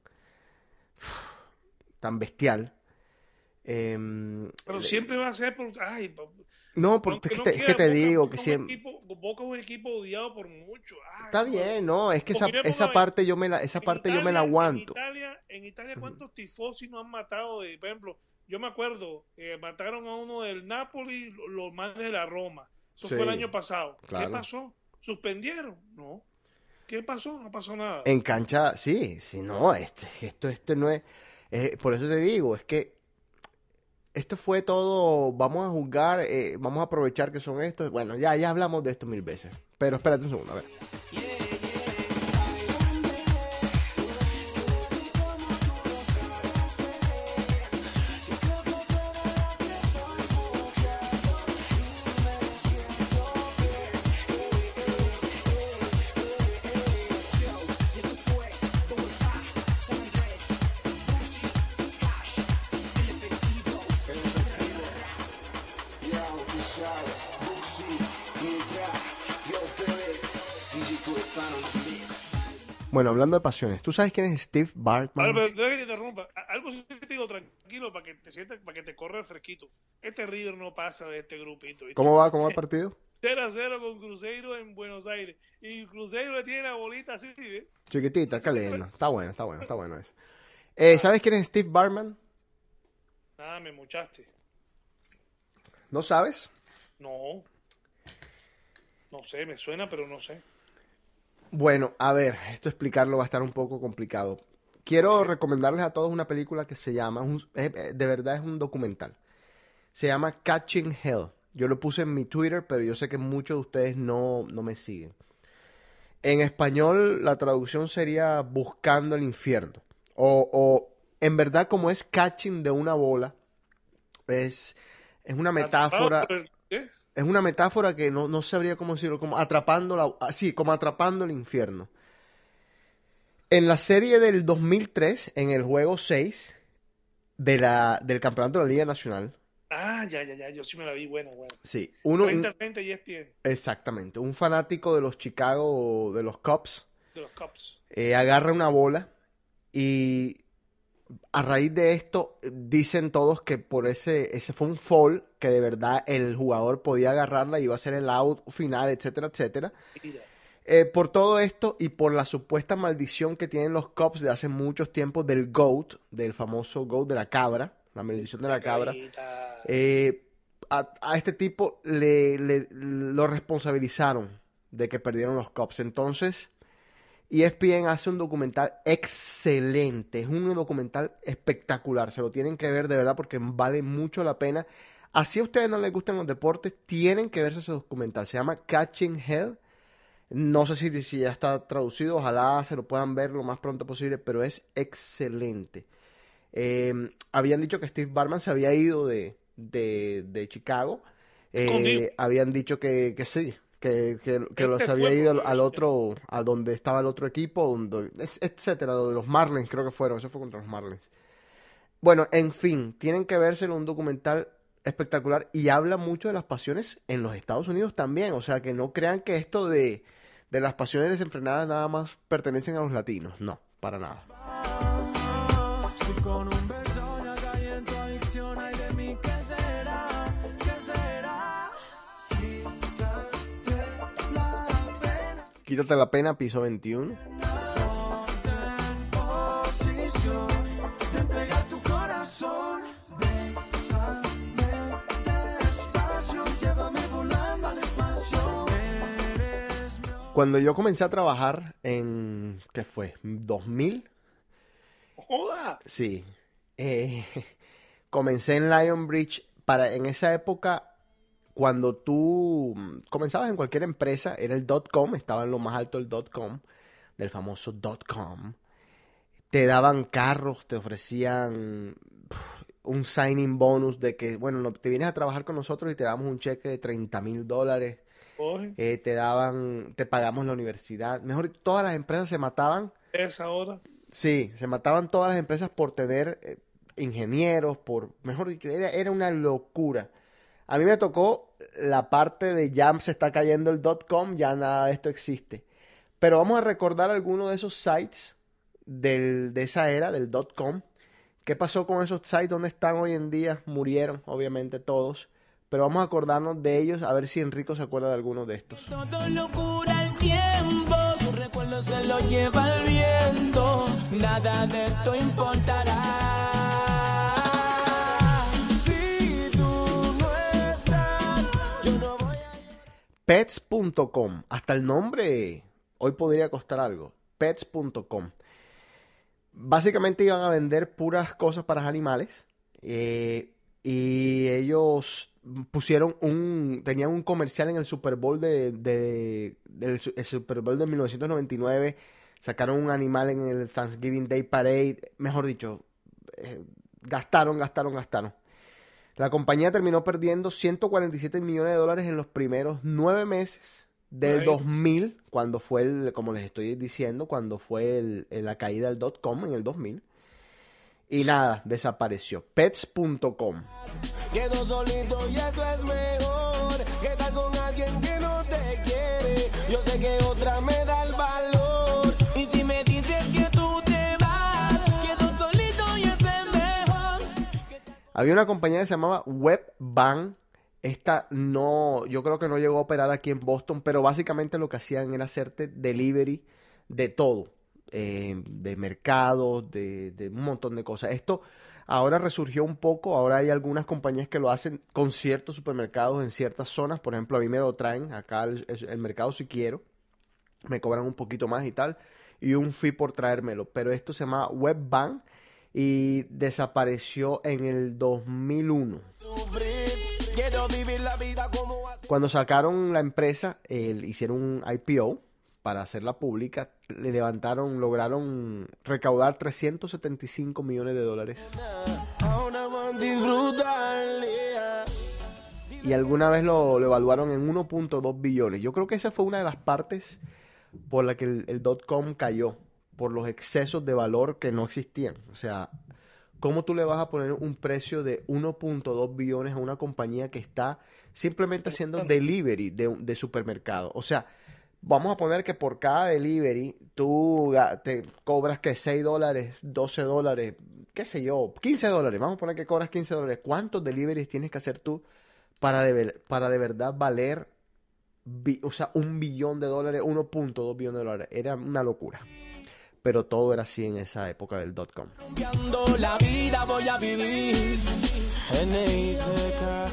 tan bestial. Em, Pero le- siempre va a ser por. Ay, pa- no, porque aunque es que no te, es que quiera, te Boca- digo Boca que es un siempre... equipo- Boca es un equipo odiado por muchos. Ay, Está no, bien, no, es que esa, porque yo me esa pongo a ver, parte yo me la, esa en parte yo me la Italia- aguanto. En Italia, en Italia ¿cuántos tifosi no han matado? De, por ejemplo, yo me acuerdo, eh, mataron a uno del Napoli, lo- los manes de la Roma. Eso Sí, fue el año pasado. claro. ¿Qué pasó? ¿Suspendieron? No. ¿Qué pasó? No pasó nada. En cancha, sí, sí, no, este, esto, este no es, eh, por eso te digo, es que esto fue todo, vamos a juzgar, eh, vamos a aprovechar que son estos, bueno, ya, ya hablamos de esto mil veces, pero espérate un segundo, a ver. Bueno, hablando de pasiones, ¿tú sabes quién es Steve Bartman? Vale, pero déjame que te interrumpa. A- Algo sí te digo tranquilo para que te sientas, para que te corra el fresquito. Este River no pasa de este grupito. ¿viste? ¿Cómo va? ¿Cómo va el partido? cero a cero con Cruzeiro en Buenos Aires. Y Cruzeiro le tiene la bolita así, ¿ves? Chiquitita, qué lindo. Está bueno, está bueno, está bueno eso. Eh, ¿Sabes quién es Steve Bartman? Nada, me mochaste. ¿No sabes? No. No sé, me suena, pero no sé. Bueno, a ver, esto explicarlo va a estar un poco complicado. Quiero recomendarles a todos una película que se llama, un- eh, eh, de verdad es un documental. Se llama Catching Hell. Yo lo puse en mi Twitter, pero yo sé que muchos de ustedes no, no me siguen. En español, la traducción sería Buscando el Infierno. O, o en verdad, como es catching de una bola, es, es una metáfora. Atrapado por el- ¿qué? Es una metáfora que no, no sabría cómo decirlo, como atrapando la, así, como atrapando el infierno. En la serie del dos mil tres, en el juego seis de la, del campeonato de la Liga Nacional, Ah, ya, ya, ya. Yo sí me la vi. Bueno, bueno. sí, uno, un- treinta treinta y E S P N exactamente, un fanático de los Chicago, de los Cubs, de los Cubs. eh, agarra una bola y a raíz de esto, dicen todos que por ese, ese fue un fall, que de verdad el jugador podía agarrarla y iba a ser el out final, etcétera, etcétera. Mira, Eh, por todo esto y por la supuesta maldición que tienen los Cubs de hace muchos tiempos del GOAT, del famoso GOAT de la cabra, la maldición de la cabra, carita. eh, a, a este tipo le, le- lo responsabilizaron de que perdieron los Cubs. Entonces, E S P N hace un documental excelente, es un documental espectacular, se lo tienen que ver de verdad porque vale mucho la pena. Así a ustedes no les gustan los deportes, tienen que verse ese documental, se llama Catching Hell. No sé si, si ya está traducido, ojalá se lo puedan ver lo más pronto posible, pero es excelente. Eh, habían dicho que Steve Bartman se había ido de, de, de Chicago. Eh, Escondido. habían dicho que, que sí, que, que, que Este los fue había ido al, porque- al otro, a donde estaba el otro equipo, donde, es- etcétera, de los Marlins creo que fueron, eso fue contra los Marlins. Bueno, en fin, tienen que vérselo, un documental espectacular y habla mucho de las pasiones en los Estados Unidos también. O sea, que no crean que esto de, de las pasiones desenfrenadas nada más pertenecen a los latinos. No, para nada. Si con un beso ya caí en tu adicción, ay de mí, ¿qué será? ¿Qué será? Quítate la pena, Quítate la pena, piso veintiuno. ponte en posición de entregar tu corazón. Bésame despacio, llévame volando al espacio. Eres mi Cuando yo comencé a trabajar en, ¿qué fue? ¿dos mil? Joda. Sí. Eh, comencé en Lionbridge. Para, en esa época, cuando tú mm, comenzabas en cualquier empresa, era el dot com, estaba en lo más alto el dot com, del famoso dot com. Te daban carros, te ofrecían pf, un signing bonus de que, bueno, no, te vienes a trabajar con nosotros y te damos un cheque de treinta mil dólares. Coge Eh, te daban, te pagamos la universidad. Mejor, todas las empresas se mataban. esa hora. Sí, se mataban todas las empresas por tener eh, ingenieros, por, mejor dicho, era, era una locura. A mí me tocó la parte de ya se está cayendo el dot com, ya nada de esto existe. Pero vamos a recordar algunos de esos sites del, de esa era, del dot com. ¿Qué pasó con esos sites? ¿Dónde están hoy en día? Murieron, obviamente, todos. Pero vamos a acordarnos de ellos, a ver si Enrico se acuerda de algunos de estos. todo lo cura el tiempo, tu recuerdo se lo lleva el viento, nada de esto importará. Si tú no estás, yo no voy a... Pets punto com, hasta el nombre hoy podría costar algo. Pets punto com. Básicamente iban a vender puras cosas para animales. eh, y ellos pusieron un, tenían un comercial en el Super Bowl de, de- del su- el Super Bowl de mil novecientos noventa y nueve. Sacaron un animal en el Thanksgiving Day Parade. Mejor dicho, eh, gastaron, gastaron, gastaron. La compañía terminó perdiendo ciento cuarenta y siete millones de dólares en los primeros nueve meses del Right. dos mil, cuando fue, el, como les estoy diciendo, cuando fue el- el- la caída del dot com en el dos mil. Y nada, desapareció. Pets punto com. Quedo solito y eso es mejor que estar con alguien que no te quiere. Yo sé que otra me da el valor. Y si me dices que tú te vas, quedo solito y eso es mejor. Había una compañía que se llamaba Webvan. Esta no, yo creo que no llegó a operar aquí en Boston, pero básicamente lo que hacían era hacerte delivery de todo. eh, de mercados, de, de un montón de cosas. Esto ahora resurgió un poco, ahora hay algunas compañías que lo hacen con ciertos supermercados en ciertas zonas. Por ejemplo, a mí me lo traen acá el, el mercado si quiero, me cobran un poquito más y tal, y un fee por traérmelo. Pero esto se llama Webvan y desapareció en el dos mil uno. Sufrir, quiero vivir la vida como hace. Cuando sacaron la empresa, eh, hicieron un I P O para hacerla pública, le levantaron, lograron recaudar trescientos setenta y cinco millones de dólares. Ahora van a disfrutar, yeah. Y alguna vez lo, lo evaluaron en uno punto dos billones. Yo creo que esa fue una de las partes por la que el, el dot com cayó, por los excesos de valor que no existían. O sea, ¿cómo tú le vas a poner un precio de uno punto dos billones a una compañía que está simplemente haciendo delivery de, de supermercado? O sea, vamos a poner que por cada delivery tú ga- te cobras que seis dólares, doce dólares, qué sé yo, quince dólares, vamos a poner que cobras quince dólares. ¿Cuántos deliveries tienes que hacer tú para de, ver- para de verdad valer, bi- o sea, un billón de dólares, uno punto dos billones de dólares? Era una locura. Pero todo era así en esa época del dot com. Cambiando la vida voy a vivir. N I C K,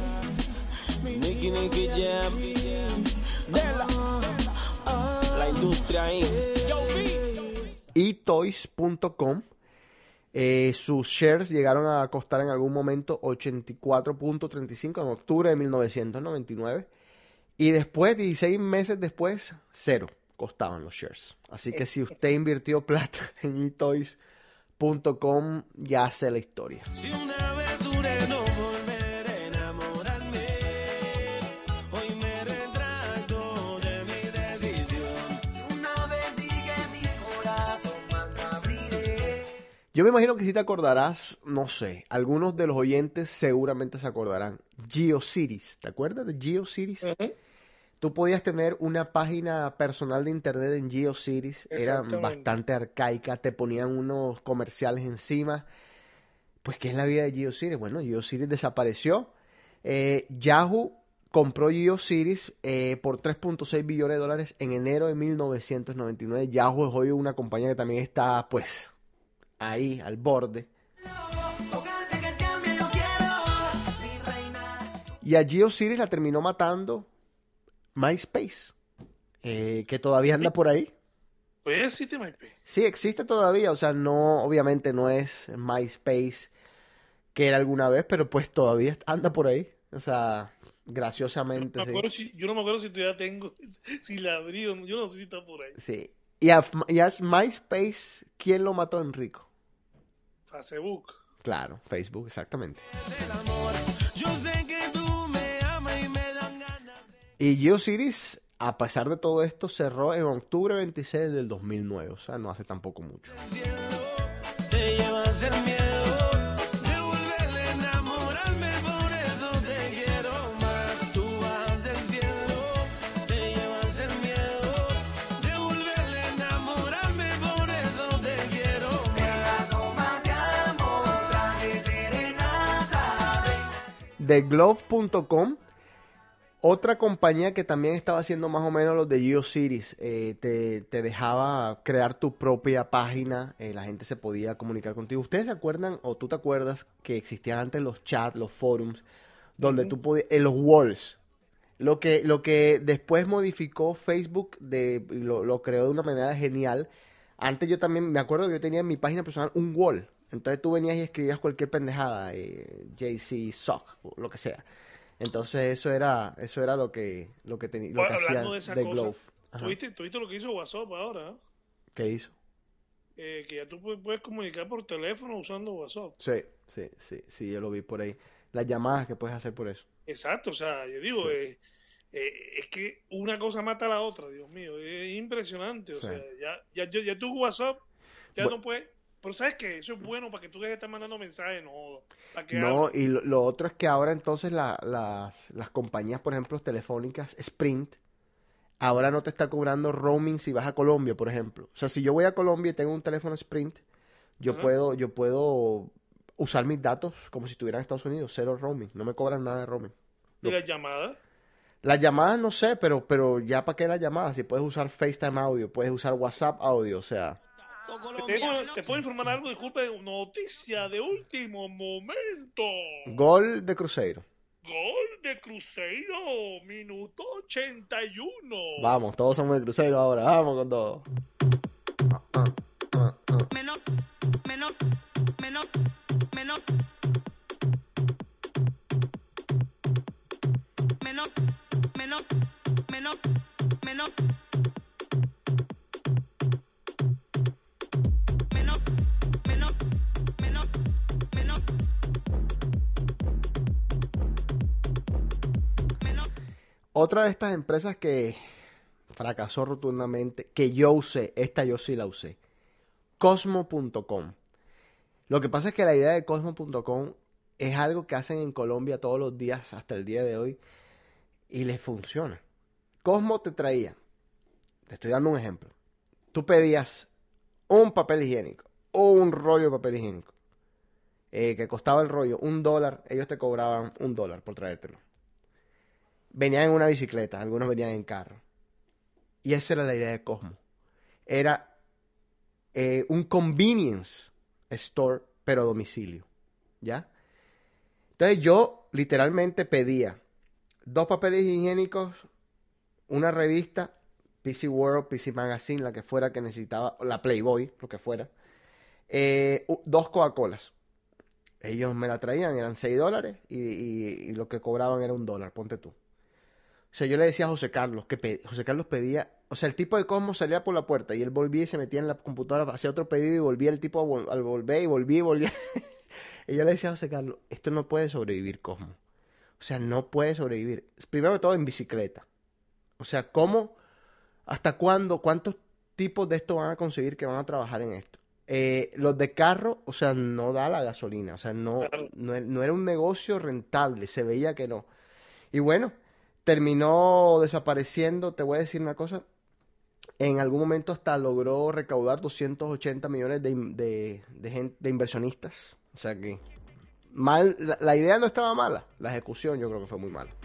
Nicky Nicky Jam, de la, la industria ahí. Yo vi. y toys punto com, eh, sus shares llegaron a costar en algún momento ochenta y cuatro punto treinta y cinco en octubre de mil novecientos noventa y nueve. Y después, dieciséis meses después, cero costaban los shares. Así que si usted invirtió plata en e toys punto com, ya sé la historia. Si una vez juré no volver a enamorarme, hoy me retracto de mi decisión. Si una vez dije mi corazón más no abriré. Yo me imagino que si te acordarás, no sé, algunos de los oyentes seguramente se acordarán. GeoCities, ¿te acuerdas de GeoCities? Ujú. Tú podías tener una página personal de internet en GeoCities, era Exactamente. bastante arcaica, te ponían unos comerciales encima. Pues, ¿qué es la vida de GeoCities? Bueno, GeoCities desapareció. Eh, Yahoo compró GeoCities eh, por tres punto seis billones de dólares en enero de mil novecientos noventa y nueve. Yahoo es hoy una compañía que también está, pues, ahí, al borde. Tocarte que siempre yo quiero, mi reina. Y a GeoCities la terminó matando MySpace, eh, que todavía anda por ahí. Pues existe MySpace. Sí, existe todavía, o sea, no, obviamente no es MySpace que era alguna vez, pero pues todavía anda por ahí. O sea, graciosamente, Me sí. acuerdo si- yo no me acuerdo si todavía tengo, si la abrí o no, yo no sé si está por ahí. Sí. Y a, y a MySpace, ¿quién lo mató, Enrico? Facebook. Claro, Facebook, exactamente. El amor, yo sé que tú me amas y me dan ganas. Y GeoCities, a pesar de todo esto, cerró en octubre veintiséis del dos mil nueve, o sea, no hace tampoco mucho. Cielo, te lleva a ser miedo de volver a enamorarme, por eso te quiero más. Tú vas del cielo, te lleva a ser miedo de volver a enamorarme, por eso te quiero más. Toma mi amor, traje serenata. The Glove punto com, otra compañía que también estaba haciendo más o menos los de GeoCities, eh, te, te dejaba crear tu propia página, eh, la gente se podía comunicar contigo. ¿Ustedes se acuerdan o tú te acuerdas que existían antes los chats, los forums, donde tú podías, en los walls? Lo que, lo que después modificó Facebook, de, y lo, lo creó de una manera genial. Antes yo también me acuerdo que yo tenía en mi página personal un wall. Entonces tú venías y escribías cualquier pendejada, eh, J C Sock, o lo que sea. Entonces eso era, eso era lo que, lo que tenía, lo Bueno, que hacía hablando de esa The cosa, Glove. Ajá. ¿tú viste, tú viste lo que hizo WhatsApp ahora? ¿eh? ¿Qué hizo? Eh, que ya tú pu- puedes comunicar por teléfono usando WhatsApp. Sí, sí, sí, sí, yo lo vi por ahí. Las llamadas que puedes hacer por eso. Exacto, o sea, yo digo, Sí. eh, eh, es que una cosa mata a la otra, Dios mío, es impresionante, o Sí. sea, ya, ya, ya, ya tu WhatsApp ya Bu- no puedes, pero sabes que eso es bueno para que tú dejes de estar mandando mensajes, no, para que No, hables. y lo, lo otro es que ahora entonces la- las, las compañías, por ejemplo, telefónicas, Sprint, ahora no te está cobrando roaming si vas a Colombia, por ejemplo. O sea, si yo voy a Colombia y tengo un teléfono Sprint, yo Ajá. puedo, yo puedo usar mis datos como si estuviera en Estados Unidos, cero roaming, no me cobran nada de roaming. Y las llamadas, Las llamadas no sé, pero, pero ya para qué las llamadas, si puedes usar FaceTime audio, puedes usar WhatsApp audio, o sea, te, tengo- te puedo informar algo, disculpe, noticia de último momento. gol de Cruzeiro. Gol de Cruzeiro, minuto ochenta y uno. Vamos, todos somos de Cruzeiro ahora, vamos con todo. Menos, menos, menos, menos. Menos, menos, menos, menos. Menos, menos, menos, menos. Menos. Otra de estas empresas que fracasó rotundamente, que yo usé, esta yo sí la usé, Cosmo punto com. Lo que pasa es que la idea de Cosmo punto com es algo que hacen en Colombia todos los días hasta el día de hoy y les funciona. Cosmo te traía, te estoy dando un ejemplo, tú pedías un papel higiénico o un rollo de papel higiénico eh, que costaba el rollo un dólar, ellos te cobraban un dólar por traértelo. Venían en una bicicleta, algunos venían en carro. Y esa era la idea de Cosmo. Era eh, un convenience store, pero a domicilio. ¿Ya? Entonces yo literalmente pedía dos papeles higiénicos, una revista, P C World, P C Magazine, la que fuera que necesitaba, la Playboy, lo que fuera, eh, u- dos Coca-Colas. Ellos me la traían, eran seis dólares y, y, y lo que cobraban era un dólar, ponte tú. O sea, yo le decía a José Carlos, que pe- José Carlos pedía, o sea, el tipo de Cosmo salía por la puerta y él volvía y se metía en la computadora, hacía otro pedido y volvía el tipo a vol- al volver y volvía y volvía. Y yo le decía a José Carlos, esto no puede sobrevivir, Cosmo. O sea, no puede sobrevivir. Primero que todo en bicicleta. O sea, ¿cómo, hasta cuándo, cuántos tipos de esto van a conseguir que van a trabajar en esto? Eh, los de carro, o sea, no da la gasolina. O sea, no, Claro. no, e- no era un negocio rentable. Se veía que no. Y bueno, terminó desapareciendo. Te voy a decir una cosa. En algún momento hasta logró recaudar doscientos ochenta millones de, in- de, de, gen- de inversionistas. O sea que mal, la, la idea no estaba mala. La ejecución yo creo que fue muy mala.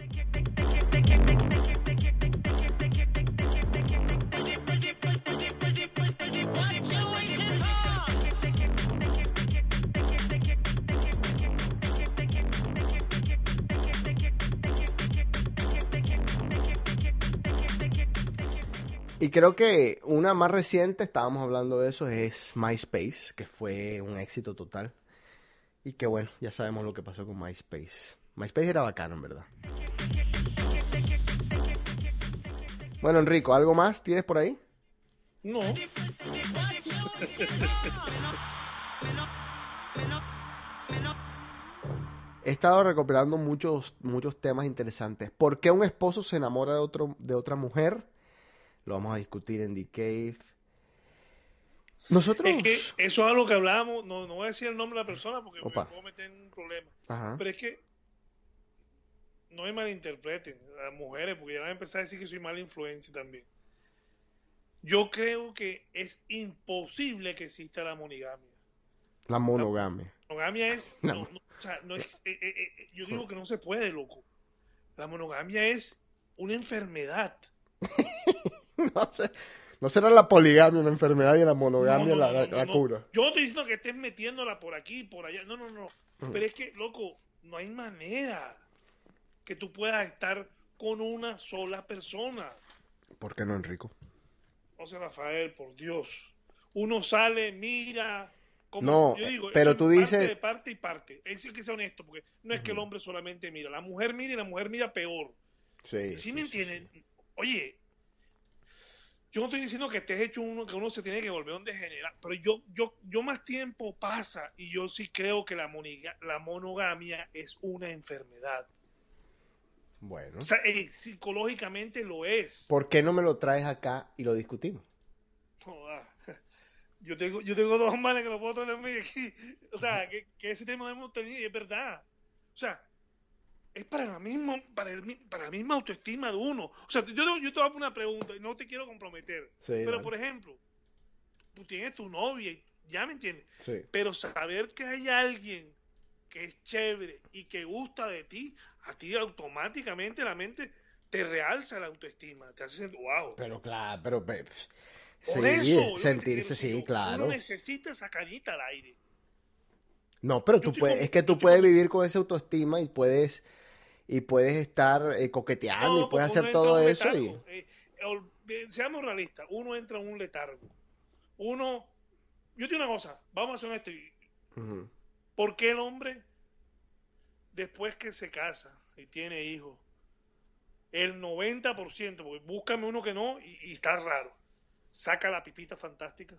Y creo que una más reciente, estábamos hablando de eso, es MySpace, que fue un éxito total. Y que bueno, ya sabemos lo que pasó con MySpace. MySpace era bacano, en verdad. Bueno, Enrico, ¿algo más tienes por ahí? No, He estado recopilando muchos, muchos temas interesantes. ¿Por qué un esposo se enamora de, otro, de otra mujer? Lo vamos a discutir en The Cave. Nosotros... es que eso es algo que hablábamos, no, no voy a decir el nombre de la persona porque me Opa. puedo meter en un problema. Ajá. Pero es que no me malinterpreten las mujeres, porque ya van a empezar a decir que soy mala influencia también. Yo creo que es imposible que exista la monogamia. La monogamia. La monogamia es, La no, mo- no, o sea, no es, eh, eh, eh, yo digo que no se puede, loco. La monogamia es una enfermedad. No sé, no será la poligamia una enfermedad y la monogamia No, no, la, no, la- no, la no. cura. Yo no estoy diciendo que estés metiéndola por aquí, por allá. No, no, no. Pero es que, loco, no hay manera que tú puedas estar con una sola persona. ¿Por qué no, Enrico? O sea, Rafael, por Dios. Uno sale, mira. Como No, yo digo, pero eso tú es dices- parte de parte y parte. Es decir, que sea honesto, porque no es que el hombre solamente mira. La mujer mira y la mujer mira peor. Sí. ¿Sí me entienden? Oye, yo no estoy diciendo que estés hecho uno, que uno se tiene que volver un degenerado, pero yo, yo, yo más tiempo pasa y yo sí creo que la, moniga- la monogamia es una enfermedad. Bueno. O sea, eh, psicológicamente lo es. ¿Por qué no me lo traes acá y lo discutimos? Joda. Yo tengo, yo tengo dos manes que lo puedo traer a mí aquí. O sea, que, que ese tema lo hemos tenido y es verdad. O sea, es para la misma, para el, mi- para la misma autoestima de uno. O sea, yo, te- yo te voy a poner una pregunta y no te quiero comprometer. Sí, pero, dale. por ejemplo, tú tienes tu novia y ya me entiendes. Sí. Pero saber que hay alguien que es chévere y que gusta de ti, a ti automáticamente la mente te realza la autoestima. Te hace sentir, wow. Pero claro, pero... pe- Por sí, eso, lo que te sentirse, quiero sí, decir yo, claro. Uno necesita esa canita al aire. No, pero Yo tú estoy puedes, con- es que yo tú estoy puedes con- vivir con esa autoestima y puedes y puedes estar eh, coqueteando y No, puedes porque hacer uno entra todo en un eso y letargo. Eh, ol- eh, seamos realistas, uno entra en un letargo. Uno, yo te digo una cosa, vamos a hacer esto. Ujú. ¿Por qué el hombre, después que se casa y tiene hijos, el noventa por ciento, porque búscame uno que no y, y está raro, saca la pipita fantástica?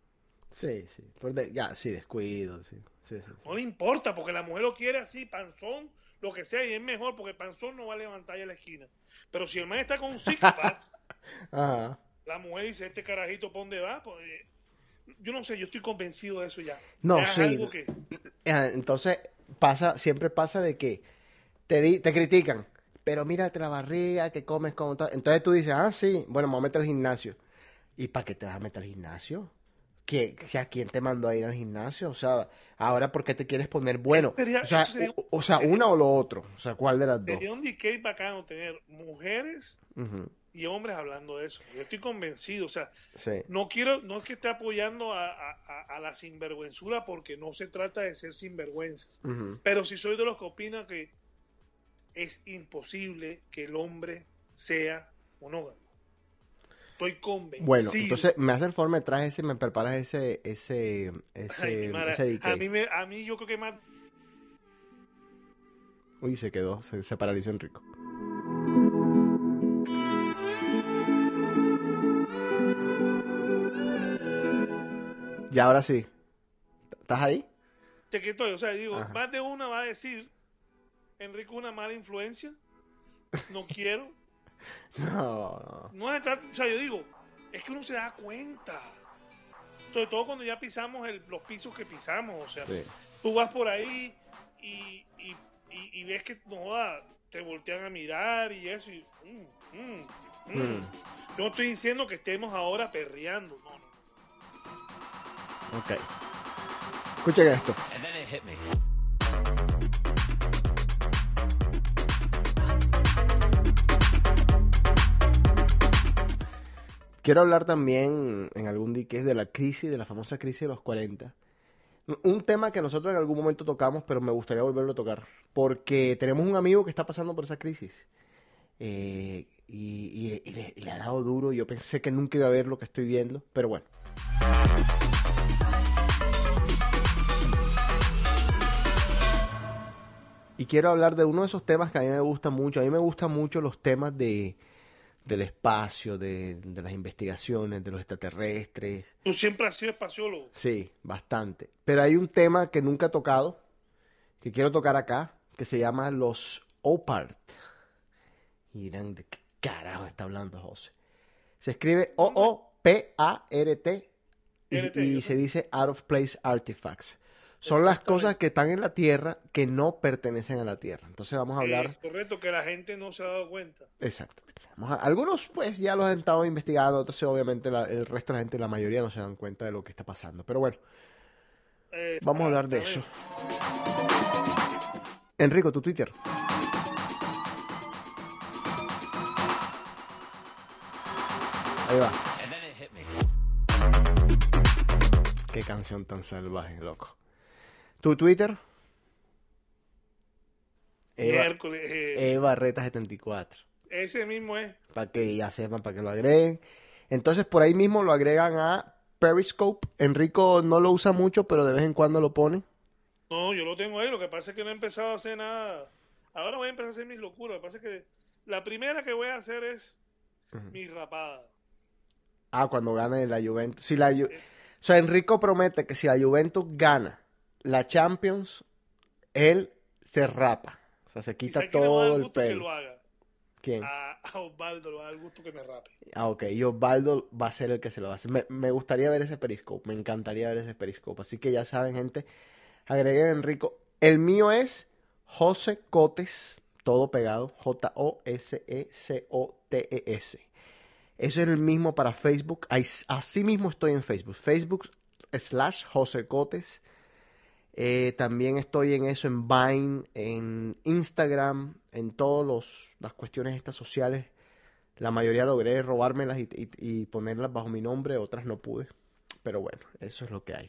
Sí, sí. Por de- ya, sí, descuido, sí. Sí, sí, sí. No le importa, porque la mujer lo quiere así, panzón, lo que sea, y es mejor, porque el panzón no va a levantar ya la esquina. Pero si el man está con un six-pack, Ajá. la mujer dice, este carajito, ¿para dónde va? Pues, eh, yo no sé, yo estoy convencido de eso ya. No, Ya es sí. algo que- Ah, entonces pasa, siempre pasa de que te di- te critican, pero mírate la barriga, que comes como tal. Entonces tú dices, ah, sí, bueno, me voy a meter al gimnasio. ¿Y para qué te vas a meter al gimnasio? ¿qué, o sea, ¿quién te mandó a ir al gimnasio? O sea, ahora ¿por qué te quieres poner bueno? Sería- O sea, eso sería- o, o sea, sería- una o lo otro. O sea, ¿cuál de las dos? Sería un D K bacano tener mujeres Ujú, y hombres hablando de eso. Yo estoy convencido, o sea, sí. no quiero, no es que esté apoyando a, a- a- a la sinvergüenzura porque no se trata de ser sinvergüenza, Ujú. pero sí soy de los que opinan que es imposible que el hombre sea monógamo. Estoy convencido. Bueno, entonces me hace el formatraje ese y me preparas ese, ese, ese, Ay, mi madre, ese D K. a mí me, a mí yo creo que más Uy, se quedó, se, se paralizó Enrico. Y ahora sí. ¿Estás ahí? te que estoy, o sea, digo, Ajá. más de una va a decir, Enrique, una mala influencia, no quiero. No, no. No es tra- o sea, yo digo, es que uno se da cuenta. Sobre todo cuando ya pisamos el- los pisos que pisamos. O sea, Sí. tú vas por ahí y, y, y- y ves que no joda, te voltean a mirar y eso. Y, mm, mm, mm. Mm. Yo no estoy diciendo que estemos ahora perreando. No, no. Ok. Escuchen esto. And then it hit me. Quiero hablar también en algún día que es de la crisis, de la famosa crisis de los cuarenta. Un tema que nosotros en algún momento tocamos, pero me gustaría volverlo a tocar. Porque tenemos un amigo que está pasando por esa crisis. Eh, y, y- y le, y le ha dado duro. Yo pensé que nunca iba a ver lo que estoy viendo, pero bueno. Y quiero hablar de uno de esos temas que a mí me gusta mucho. A mí me gustan mucho los temas de, del espacio, de, de las investigaciones, de los extraterrestres. Tú siempre has sido espaciólogo. Sí, bastante. Pero hay un tema que nunca he tocado, que quiero tocar acá, que se llama los O P A R T. Y dirán, ¿de qué carajo está hablando José? Se escribe O O P A R T y, R T, y yo se sé. dice Out of Place Artifacts. Son las cosas que están en la Tierra que no pertenecen a la Tierra. Entonces vamos a hablar... Eh, correcto, que la gente no se ha dado cuenta. Exactamente. Vamos a- algunos pues ya los han estado investigando, entonces obviamente la- el resto de la gente, la mayoría no se dan cuenta de lo que está pasando. Pero bueno, Eh, vamos a hablar de ver. eso. Enrico, tu Twitter. Ahí va. And then it hit me. Qué canción tan salvaje, loco. Tu Twitter. Eva, Miércoles, eh, Eva Reta setenta y cuatro. ese mismo es. Para que ya sepan, para que lo agreguen. Entonces por ahí mismo lo agregan a Periscope. Enrico no lo usa mucho, pero de vez en cuando lo pone. No, yo lo tengo ahí. Lo que pasa es que no he empezado a hacer nada. Ahora voy a empezar a hacer mis locuras. Lo que pasa es que la primera que voy a hacer es mi rapada. Ah, cuando gane la Juventus. Si la Ju- o sea, Enrico promete que si la Juventus gana la Champions, él se rapa. O sea, se ¿Y quita sabes quién le va a dar todo el gusto que pelo. lo haga? ¿Quién? A, a Osvaldo le va a dar gusto que me rape. Ah, ok. Y Osvaldo va a ser el que se lo va a hacer. Me, me gustaría ver ese Periscope. Me encantaría ver ese Periscope. Así que ya saben, gente. Agreguen a Enrico. El mío es José Cotes. Todo pegado. J O S E C O T E S. Eso es el mismo para Facebook. Ahí- Así mismo estoy en Facebook. Facebook slash José Cotes. Eh, también estoy en eso, en Vine, en Instagram, en todas las cuestiones estas sociales. La mayoría logré robármelas y, y- y ponerlas bajo mi nombre, otras no pude. Pero bueno, eso es lo que hay.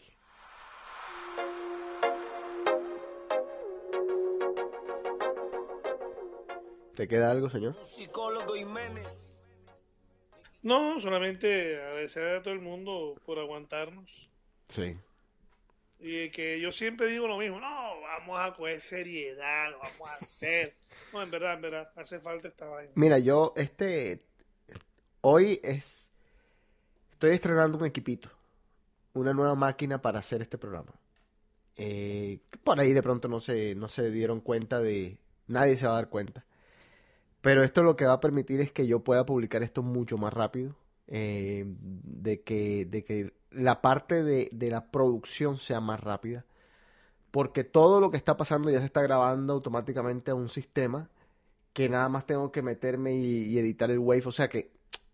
¿Te queda algo, señor? Psicólogo Jiménez. No, solamente agradecer a todo el mundo por aguantarnos. Sí. Y que yo siempre digo lo mismo. No, vamos a coger seriedad, lo vamos a hacer. No, en verdad, en verdad, hace falta esta vaina. Mira, yo, este, hoy es, estoy estrenando un equipito, una nueva máquina para hacer este programa. Eh, por ahí de pronto no se, no se dieron cuenta de, nadie se va a dar cuenta. Pero esto lo que va a permitir es que yo pueda publicar esto mucho más rápido, eh, de que, de que la parte de, de la producción sea más rápida. Porque todo lo que está pasando ya se está grabando automáticamente a un sistema que nada más tengo que meterme y, y editar el wave. O sea que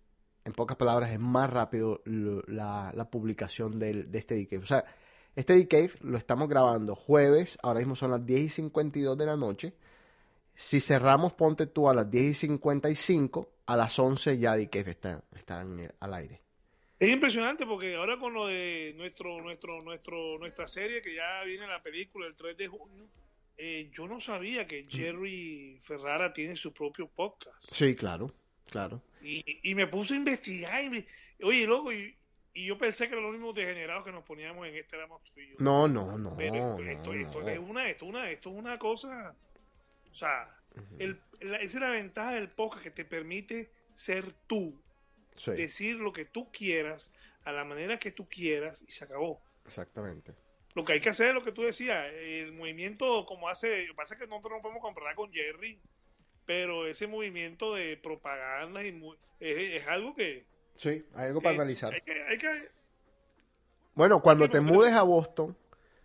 en pocas palabras, es más rápido lo- la, la publicación del, de este D-Cave. O sea, este D-Cave lo estamos grabando jueves, ahora mismo son las diez y cincuenta y dos de la noche. Si cerramos, ponte tú a las diez y cincuenta y cinco, a las once ya D-Cave está, está en el- al aire. Es impresionante porque ahora con lo de nuestro, nuestro, nuestro, nuestra serie, que ya viene la película el tres de junio, eh, yo no sabía que Jerry Ferrara tiene su propio podcast. Sí, claro, claro. Y, y me puse a investigar y me, oye, loco, y, y yo pensé que eran los mismos degenerados que nos poníamos en este éramos tú y yo. No, no, no, Pero no, esto, esto no. es una, esto es una, esto es una cosa, o sea, el, la- esa es la ventaja del podcast, que te permite ser tú, Sí, decir lo que tú quieras, a la manera que tú quieras, y se acabó. exactamente. Lo que hay que hacer es lo que tú decías, el movimiento como hace, lo que pasa es que nosotros no podemos comparar con Jerry, pero ese movimiento de propaganda y mu- es, es algo que, Sí, hay algo que para analizar. hay que, hay que- Bueno, cuando que te no- mudes a Boston,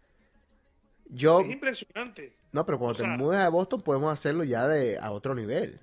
yo... es impresionante. No, pero cuando o sea- te mudes a Boston podemos hacerlo ya de a otro nivel.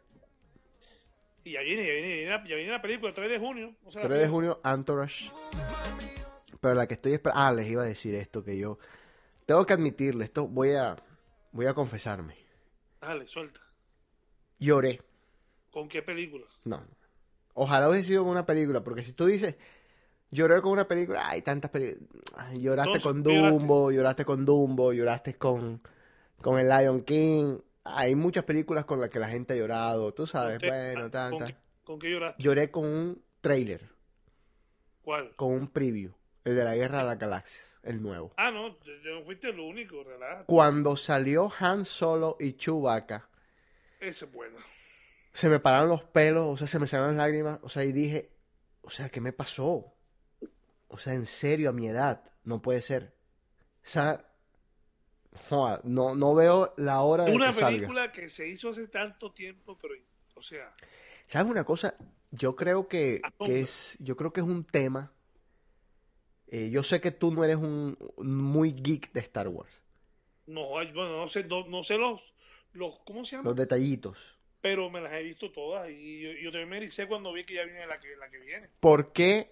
Y ya viene, ya viene, ya viene, la- ya viene la película, el tres de junio. O sea, la tres de película. junio, Entourage. Pero la que estoy esperando... Ah, les iba a decir esto, que yo... Tengo que admitirle, esto voy a... Voy a confesarme. Dale, suelta. Lloré. ¿Con qué película? No. Ojalá hubiese sido con una película, porque si tú dices... Lloré con una película... Hay tantas películas... Ay, lloraste Entonces, con ¿qué lloraste? Dumbo, lloraste con Dumbo, lloraste con... Con el Lion King. Hay muchas películas con las que la gente ha llorado. Tú sabes, ¿Con qué- bueno, ah, tan, ¿con, tan. qué, ¿Con qué lloraste? Lloré con un trailer, ¿Cuál? con un preview, el de la Guerra de las Galaxias, el nuevo. Ah, no, yo, yo no fuiste el único, relájate. Cuando salió Han Solo y Chewbacca, Ese es bueno. se me pararon los pelos, o sea, se me salieron las lágrimas, o sea, y dije, o sea, ¿qué me pasó? O sea, en serio, a mi edad, no puede ser. O sea, joda, no, no veo la hora de Es una que salga. película que se hizo hace tanto tiempo, pero, o sea, ¿Sabes una cosa? Yo creo que, Asombra. que es, yo creo que es un tema. eh, yo sé que tú no eres un, un muy geek de Star Wars. no, hay- bueno, no sé, no, no sé los, los, ¿cómo se llama? Los detallitos. Pero me las he visto todas y yo, yo también me ericé cuando vi que ya viene la que, la que viene. ¿Por qué?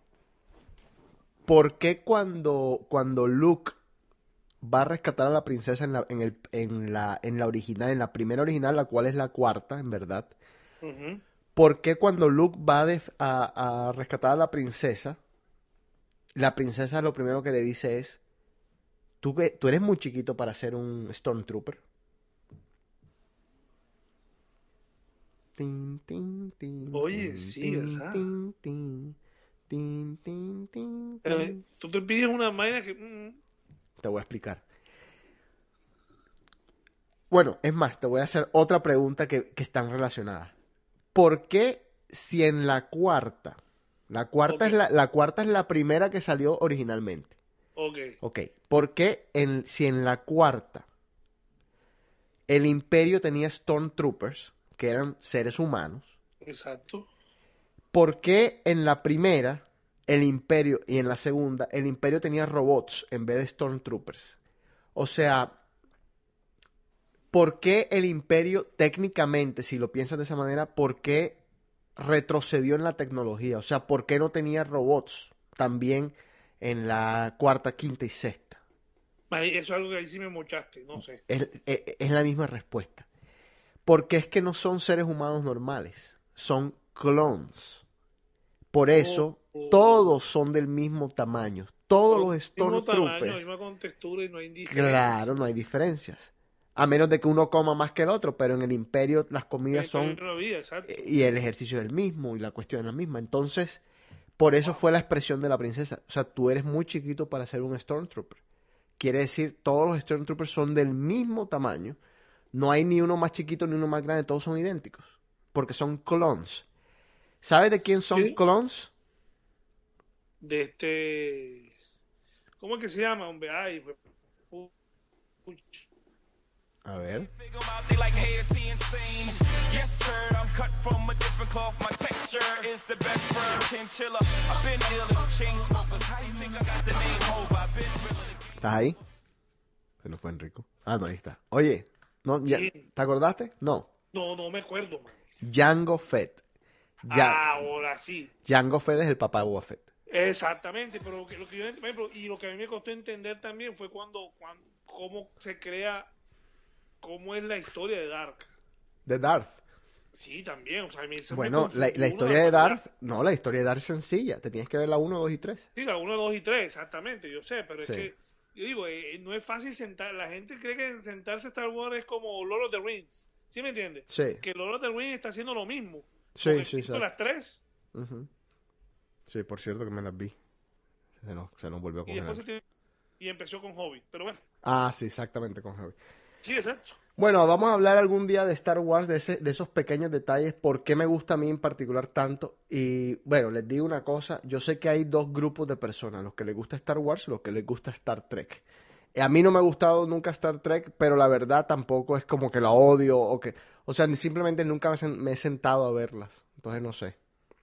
¿Por qué cuando, cuando Luke va a rescatar a la princesa en la, en el, en la, en la original, en la primera original, la cual es la cuarta, en verdad? Ujú. ¿Por qué cuando Luke va a, def- a, a rescatar a la princesa, la princesa lo primero que le dice es, tú, que, tú eres muy chiquito para ser un Stormtrooper? Tin, tin, tin, Oye, tin, sí, tin, ¿verdad? tin, tin, tin, tin, tin, Pero, tin. eh, tú te pides una vaina que... mm, Te voy a explicar. Bueno, es más, te voy a hacer otra pregunta que, que están relacionadas. ¿Por qué si en la cuarta, la cuarta, Ok. es la, la cuarta es la primera que salió originalmente? ok. Ok, ¿por qué en, si en la cuarta el Imperio tenía Stormtroopers, que eran seres humanos? Exacto. ¿Por qué en la primera el Imperio y en la segunda el Imperio tenía robots en vez de Stormtroopers? O sea, ¿por qué el Imperio técnicamente, si lo piensas de esa manera, por qué retrocedió en la tecnología? O sea, ¿por qué no tenía robots también en la cuarta, quinta y sexta? Ahí- Eso es algo que ahí sí me mochaste, no sé. Es, es- es la misma respuesta. Porque es que no son seres humanos normales, son clones. Por eso, Oh, oh. todos son del mismo tamaño. Todos los Mismo tamaño, Stormtroopers. misma contextura y no hay diferencia. Claro, no hay diferencias. A menos de que uno coma más que el otro, pero en el Imperio las comidas son... Pero no había, exacto. Y el ejercicio es el mismo y la cuestión es la misma. Entonces, por eso fue la expresión de la princesa. O sea, tú eres muy chiquito para ser un Stormtrooper. Quiere decir, todos los Stormtroopers son del mismo tamaño. No hay ni uno más chiquito ni uno más grande. Todos son idénticos. Porque son clones. ¿Sabes de quién son ¿Qué? clones? De este... ¿Cómo es que se llama, hombre? Ay, pues, pu- puch. A ver. Figure 'em out, they like, hey, is he insane? Yes, sir, I'm cut from a different cloth. My texture is the best firm chinchilla. I've been dealing with chain smokers. How you think I got the name Hov? I've been really... ¿Estás ahí? Se nos fue Enrico. Ah, no, ahí está. Oye, ¿no, ya- ¿Quién? ¿te acordaste? No. No, no me acuerdo, man. Jango Fett. Ya, Ahora sí. Jango Fett es el papá de Boba Fett. Exactamente, pero lo que, lo que yo, por ejemplo, y lo que a mí me costó entender también fue cuando, cuando cómo se crea, cómo es la historia de Dark. De Darth. Sí, también, o sea, a mí se me Bueno, la, confundió la una historia de manera. Darth, no, la historia de Darth es sencilla. Te tienes que ver la uno, dos y tres. Sí, la uno, dos y tres, exactamente, yo sé, pero Sí. es que, yo digo, eh, no es fácil sentar, la gente cree que sentarse a Star Wars es como Lord of the Rings, ¿sí me entiendes? Sí. Que Lord of the Rings está haciendo lo mismo. Sí, Porque sí, quito exacto. las tres, Ujú. Sí, por cierto que me las vi. Se nos, se nos volvió a y congelar. después se tiene- y empezó con Hobbit, pero bueno, Ah, sí, exactamente, con Harry. sí, exacto. Bueno, vamos a hablar algún día de Star Wars, de, ese, de esos pequeños detalles, por qué me gusta a mí en particular tanto. Y bueno, les digo una cosa, yo sé que hay dos grupos de personas, los que les gusta Star Wars y los que les gusta Star Trek. Eh, A mí no me ha gustado nunca Star Trek, pero la verdad tampoco es como que la odio o que... O sea, ni- simplemente nunca me, sen- me he sentado a verlas. Entonces no sé.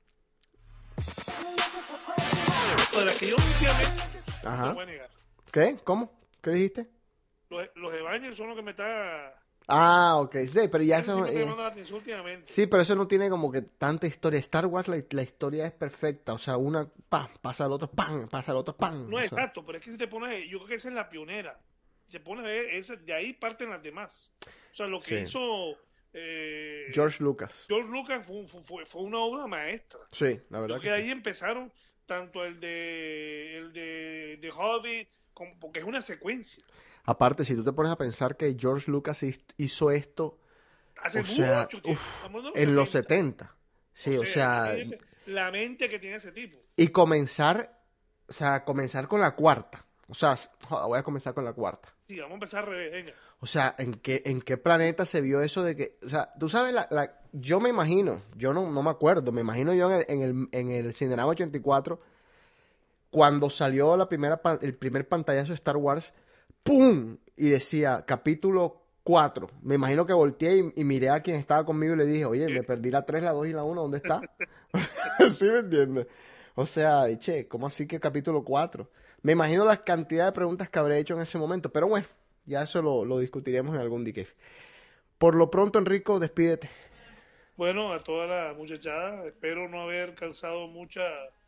Pero es que yo últimamente, no Ajá. te voy a negar, ¿Qué? ¿Cómo? ¿Qué dijiste? los, los Evangelions son los que me está... Ah, ok, sí, pero ya eso eso... sí me está eh, llamando la atención últimamente. Sí, pero eso no tiene como que tanta historia. Star Wars, la, la historia es perfecta. O sea, una, pam, pasa al otro, pam, pasa al otro, pam. No o es sea, exacto, pero es que si te pones, yo creo que esa es la pionera. Si te pones a ver, esa- de ahí parten las demás. O sea, lo que Sí. hizo eh, George Lucas. George Lucas fue, fue- fue- fue una obra maestra. Sí, la Yo verdad creo que que sí. ahí empezaron tanto el de el de, de Hobbit, como- porque es una secuencia. Aparte, si tú te pones a pensar que George Lucas his- hizo esto, Hace o sea, mucho tiempo. uf, Estamos hablando en los setenta. setenta. Sí, o sea, imagínate la mente que tiene ese tipo. y comenzar, o sea, comenzar con la cuarta. O sea, s- joda, voy a comenzar con la cuarta. Sí, vamos a empezar al revés, venga. O sea, ¿en qué, en qué planeta se vio eso de que, o sea, tú sabes, la, la- yo me imagino, yo no, no me acuerdo, me imagino yo en el, en el, en el Cinerama ochenta y cuatro, cuando salió la primera, pan- el primer pantallazo de Star Wars, ¡pum! Y decía, capítulo cuatro. Me imagino que volteé y, y miré a quien estaba conmigo y le dije, oye, me perdí la tres, la dos y la uno, ¿dónde está? ¿Sí me entiendes? O sea, y, che, ¿cómo así que capítulo cuatro? Me imagino las cantidades de preguntas que habré hecho en ese momento, pero bueno, ya eso lo, lo discutiremos en algún dique. Por lo pronto, Enrico, despídete. Bueno, a toda la muchachada, espero no haber causado mucha,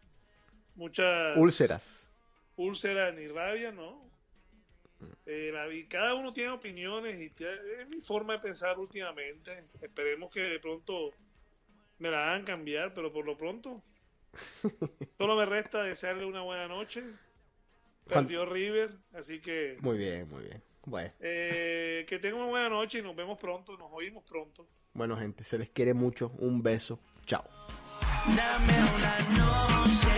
muchas Úlceras. úlceras ni rabia, ¿no? Eh, la- y cada uno tiene opiniones y tiene- es mi forma de pensar últimamente. Esperemos que de pronto me la hagan cambiar, pero por lo pronto solo me resta desearle una buena noche. Perdió River, así que Muy bien, muy bien. Bueno, eh, que tengan una buena noche y nos vemos pronto, nos oímos pronto. bueno, gente, se les quiere mucho. Un beso. Chao. Dame una noche